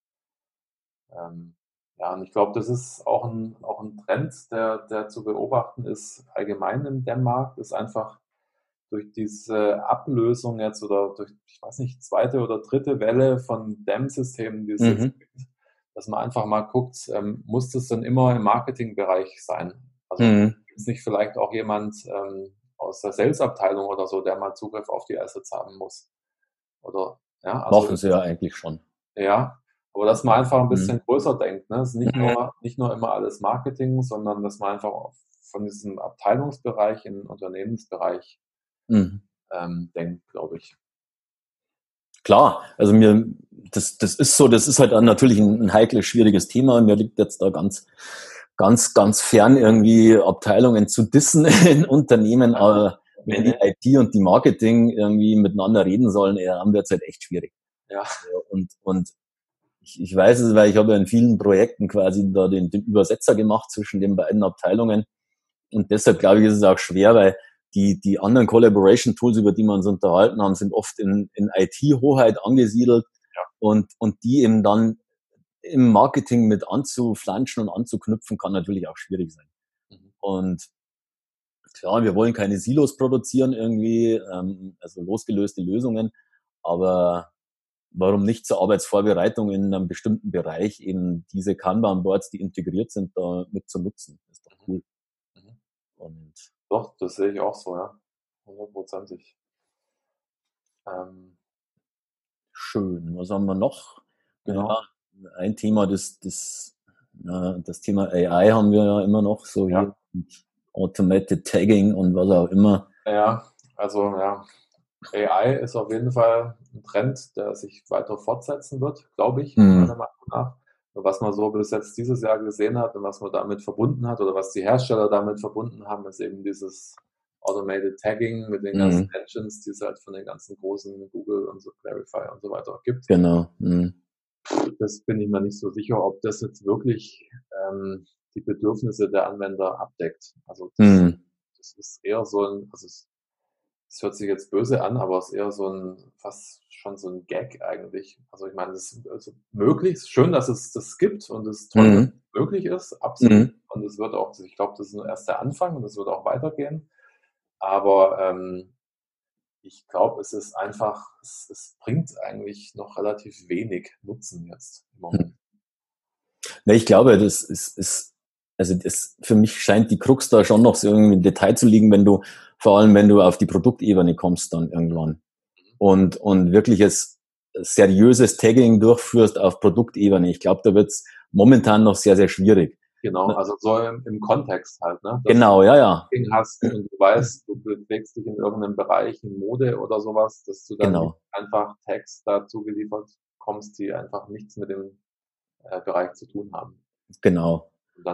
ähm, ja, und ich glaube, das ist auch ein, auch ein Trend, der, der zu beobachten ist, allgemein im D A M-Markt, ist einfach durch diese Ablösung jetzt oder durch, ich weiß nicht, zweite oder dritte Welle von D A M-Systemen, die es jetzt Mhm. gibt, dass man einfach mal guckt, ähm, muss das dann immer im Marketingbereich sein? Also Mhm. gibt es nicht vielleicht auch jemand ähm, aus der Sales-Abteilung oder so, der mal Zugriff auf die Assets haben muss? Oder ja, also Machen sie ja eigentlich schon. ja, aber dass man einfach ein Mhm. bisschen größer denkt. Ne? Es ist nicht Mhm. nur, nicht nur immer alles Marketing, sondern dass man einfach auch von diesem Abteilungsbereich in den Unternehmensbereich Mhm. ähm, denkt, glaube ich. Klar, also mir, das, das ist so, das ist halt dann natürlich ein, ein heikles, schwieriges Thema. Mir liegt jetzt da ganz, ganz, ganz fern, irgendwie Abteilungen zu dissen in Unternehmen, aber wenn die I T und die Marketing irgendwie miteinander reden sollen, ja, dann wird's halt echt schwierig. Ja. Und, und ich, ich weiß es, weil ich habe ja in vielen Projekten quasi da den, den Übersetzer gemacht zwischen den beiden Abteilungen. Und deshalb glaube ich, ist es auch schwer, weil die, die anderen Collaboration-Tools, über die wir uns unterhalten haben, sind oft in, in I T-Hoheit angesiedelt und, und die eben dann im Marketing mit anzuflanschen und anzuknüpfen, kann natürlich auch schwierig sein. Mhm. Und klar, wir wollen keine Silos produzieren irgendwie, ähm, also losgelöste Lösungen, aber warum nicht zur Arbeitsvorbereitung in einem bestimmten Bereich eben diese Kanban-Boards, die integriert sind, da mit zu nutzen? Das ist doch cool. Mhm. Und Doch, das sehe ich auch so, ja. Hundertprozentig. Ähm, schön. Was haben wir noch? genau. Ja, ein Thema, das, das, ja, das Thema A I haben wir ja immer noch so Ja. hier. Und Automated Tagging und was auch immer. Ja, also ja, A I ist auf jeden Fall ein Trend, der sich weiter fortsetzen wird, glaube ich, meiner Hm. Meinung nach. Was man so bis jetzt dieses Jahr gesehen hat und was man damit verbunden hat oder was die Hersteller damit verbunden haben, ist eben dieses Automated Tagging mit den ganzen Hm. Engines, die es halt von den ganzen großen Google und so Clarify und so weiter gibt. Genau. Hm. Das bin ich mir nicht so sicher, ob das jetzt wirklich ähm, die Bedürfnisse der Anwender abdeckt. Also das, Hm. das ist eher so ein, also es, es hört sich jetzt böse an, aber es ist eher so ein, fast schon so ein Gag eigentlich. Also ich meine, das ist also möglich, es ist schön, dass es das gibt und es ist toll, dass Hm. es möglich ist, absolut. Hm. Und es wird auch, ich glaube, das ist nur erst der Anfang und es wird auch weitergehen. Aber ähm, ich glaube, es ist einfach, es, es bringt eigentlich noch relativ wenig Nutzen jetzt im Moment. Ne, ich glaube, das ist, ist also das, für mich scheint die Krux da schon noch so irgendwie im Detail zu liegen, wenn du, vor allem wenn du auf die Produktebene kommst dann irgendwann und, und wirkliches seriöses Tagging durchführst auf Produktebene. Ich glaube, da wird's momentan noch sehr, sehr schwierig. Genau, also so im, im Kontext halt, ne? Dass Genau, ja, ja, du hast und du weißt, du bewegst dich in irgendeinem Bereich, in Mode oder sowas, dass du dann nicht genau, einfach Tags dazu geliefert kommst, die einfach nichts mit dem äh, Bereich zu tun haben. genau. Und dann Klar,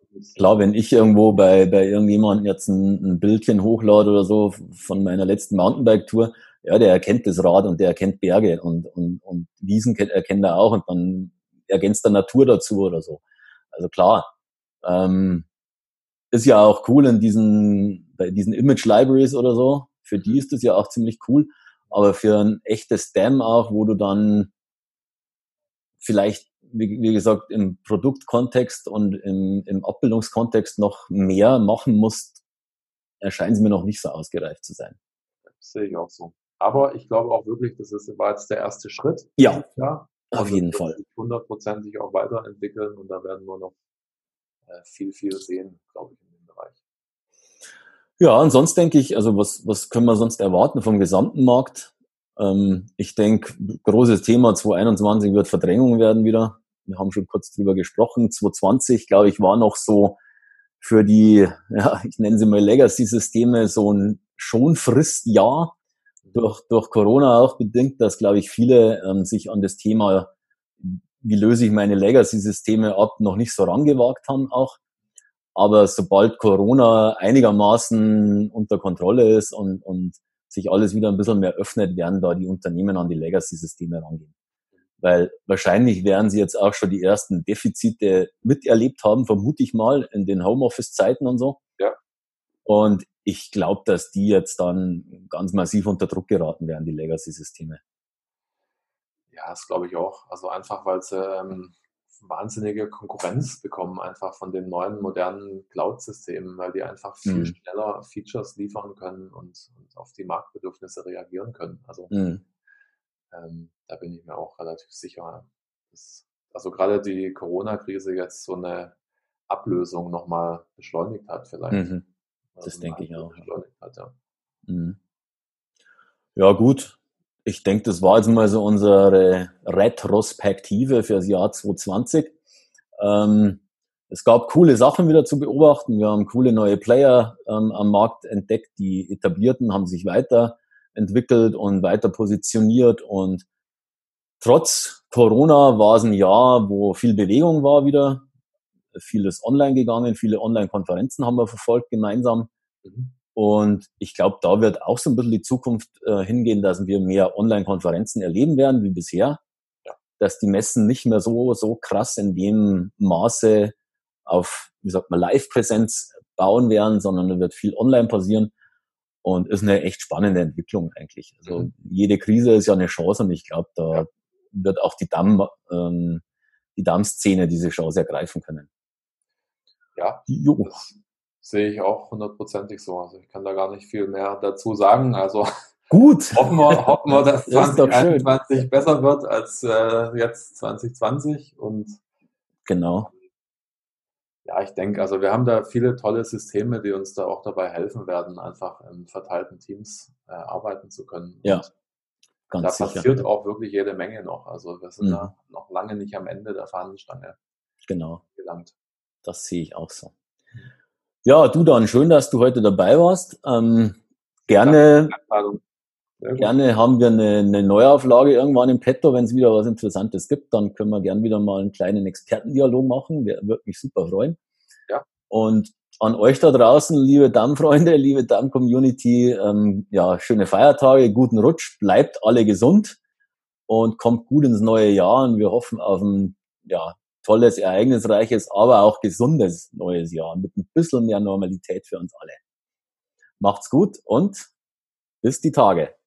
klar, wenn ich irgendwo bei, bei irgendjemandem jetzt ein, ein Bildchen hochlade oder so von meiner letzten Mountainbike-Tour, ja, der erkennt das Rad und der erkennt Berge und, und, und Wiesen kennt, erkennt er auch und dann ergänzt er Natur dazu oder so. Also klar, ähm, ist ja auch cool in diesen, bei diesen Image Libraries oder so. Für die ist das ja auch ziemlich cool. Aber für ein echtes D A M auch, wo du dann vielleicht, wie, wie gesagt, im Produktkontext und im, im Abbildungskontext noch mehr machen musst, erscheinen sie mir noch nicht so ausgereift zu sein. Das sehe ich auch so. Aber ich glaube auch wirklich, das ist, war jetzt der erste Schritt. Ja, ja. auf jeden Fall. Sich hundertprozentig auch weiterentwickeln und da werden wir noch äh, viel, viel sehen, glaube ich, in dem Bereich. Ja, und sonst denke ich, also was, was können wir sonst erwarten vom gesamten Markt? Ähm, ich denke, großes Thema zwanzig einundzwanzig wird Verdrängung werden wieder. Wir haben schon kurz drüber gesprochen. zwanzig zwanzig, glaube ich, war noch so für die, ja, ich nenne sie mal Legacy-Systeme, so ein Schonfristjahr. Durch, durch Corona auch bedingt, dass, glaube ich, viele ähm, sich an das Thema, wie löse ich meine Legacy-Systeme ab, noch nicht so rangewagt haben auch. Aber sobald Corona einigermaßen unter Kontrolle ist und, und sich alles wieder ein bisschen mehr öffnet, werden da die Unternehmen an die Legacy-Systeme rangehen. Weil wahrscheinlich werden sie jetzt auch schon die ersten Defizite miterlebt haben, vermute ich mal, in den Homeoffice-Zeiten und so. Ja. Und ich glaube, dass die jetzt dann ganz massiv unter Druck geraten werden, die Legacy-Systeme. Ja, das glaube ich auch. Also einfach, weil sie ähm, wahnsinnige Konkurrenz bekommen, einfach von den neuen modernen Cloud-Systemen, weil die einfach viel Mhm. schneller Features liefern können und, und auf die Marktbedürfnisse reagieren können. Also Mhm. ähm, da bin ich mir auch relativ sicher. Dass, also gerade die Corona-Krise jetzt so eine Ablösung nochmal beschleunigt hat vielleicht. Mhm. Das Also denke ich auch. beschleunigt hat, ja. Mhm. Ja, gut. Ich denke, das war jetzt mal so unsere Retrospektive für das Jahr zwanzig zwanzig. Ähm, es gab coole Sachen wieder zu beobachten. Wir haben coole neue Player ähm, am Markt entdeckt. Die etablierten haben sich weiterentwickelt und weiter positioniert. Und trotz Corona war es ein Jahr, wo viel Bewegung war wieder. Vieles online gegangen, viele Online-Konferenzen haben wir verfolgt gemeinsam. Mhm. Und ich glaube, da wird auch so ein bisschen die Zukunft äh, hingehen, dass wir mehr Online-Konferenzen erleben werden wie bisher. Ja. Dass die Messen nicht mehr so, so krass in dem Maße auf, wie sagt man, Live-Präsenz bauen werden, sondern da wird viel online passieren und ist eine echt spannende Entwicklung eigentlich. Also Mhm. jede Krise ist ja eine Chance und ich glaube, da Ja. wird auch die D A M, ähm, die D A M-Szene diese Chance ergreifen können. Ja, Jo. das sehe ich auch hundertprozentig so. Also ich kann da gar nicht viel mehr dazu sagen. Also Gut. hoffen wir, hoffen wir, dass Das ist doch schön. zwanzig einundzwanzig besser wird als äh, jetzt zwanzig zwanzig. Und Genau. ja, ich denke, also wir haben da viele tolle Systeme, die uns da auch dabei helfen werden, einfach in verteilten Teams äh, arbeiten zu können. Ja, Und ganz da sicher. passiert auch wirklich jede Menge noch. Also wir sind Mhm. da noch lange nicht am Ende der Fahnenstange Genau, gelangt. das sehe ich auch so. Ja, du dann, schön, dass du heute dabei warst. Ähm, gerne, Also, sehr gut. gerne haben wir eine, eine Neuauflage irgendwann im Petto, wenn es wieder was Interessantes gibt, dann können wir gern wieder mal einen kleinen Expertendialog machen. Wer- Würde mich super freuen. Ja. Und an euch da draußen, liebe D A M-Freunde, liebe D A M-Community, ähm, ja, schöne Feiertage, guten Rutsch, bleibt alle gesund und kommt gut ins neue Jahr und wir hoffen auf ein, ja, tolles, ereignisreiches, aber auch gesundes neues Jahr mit ein bisschen mehr Normalität für uns alle. Macht's gut und bis die Tage.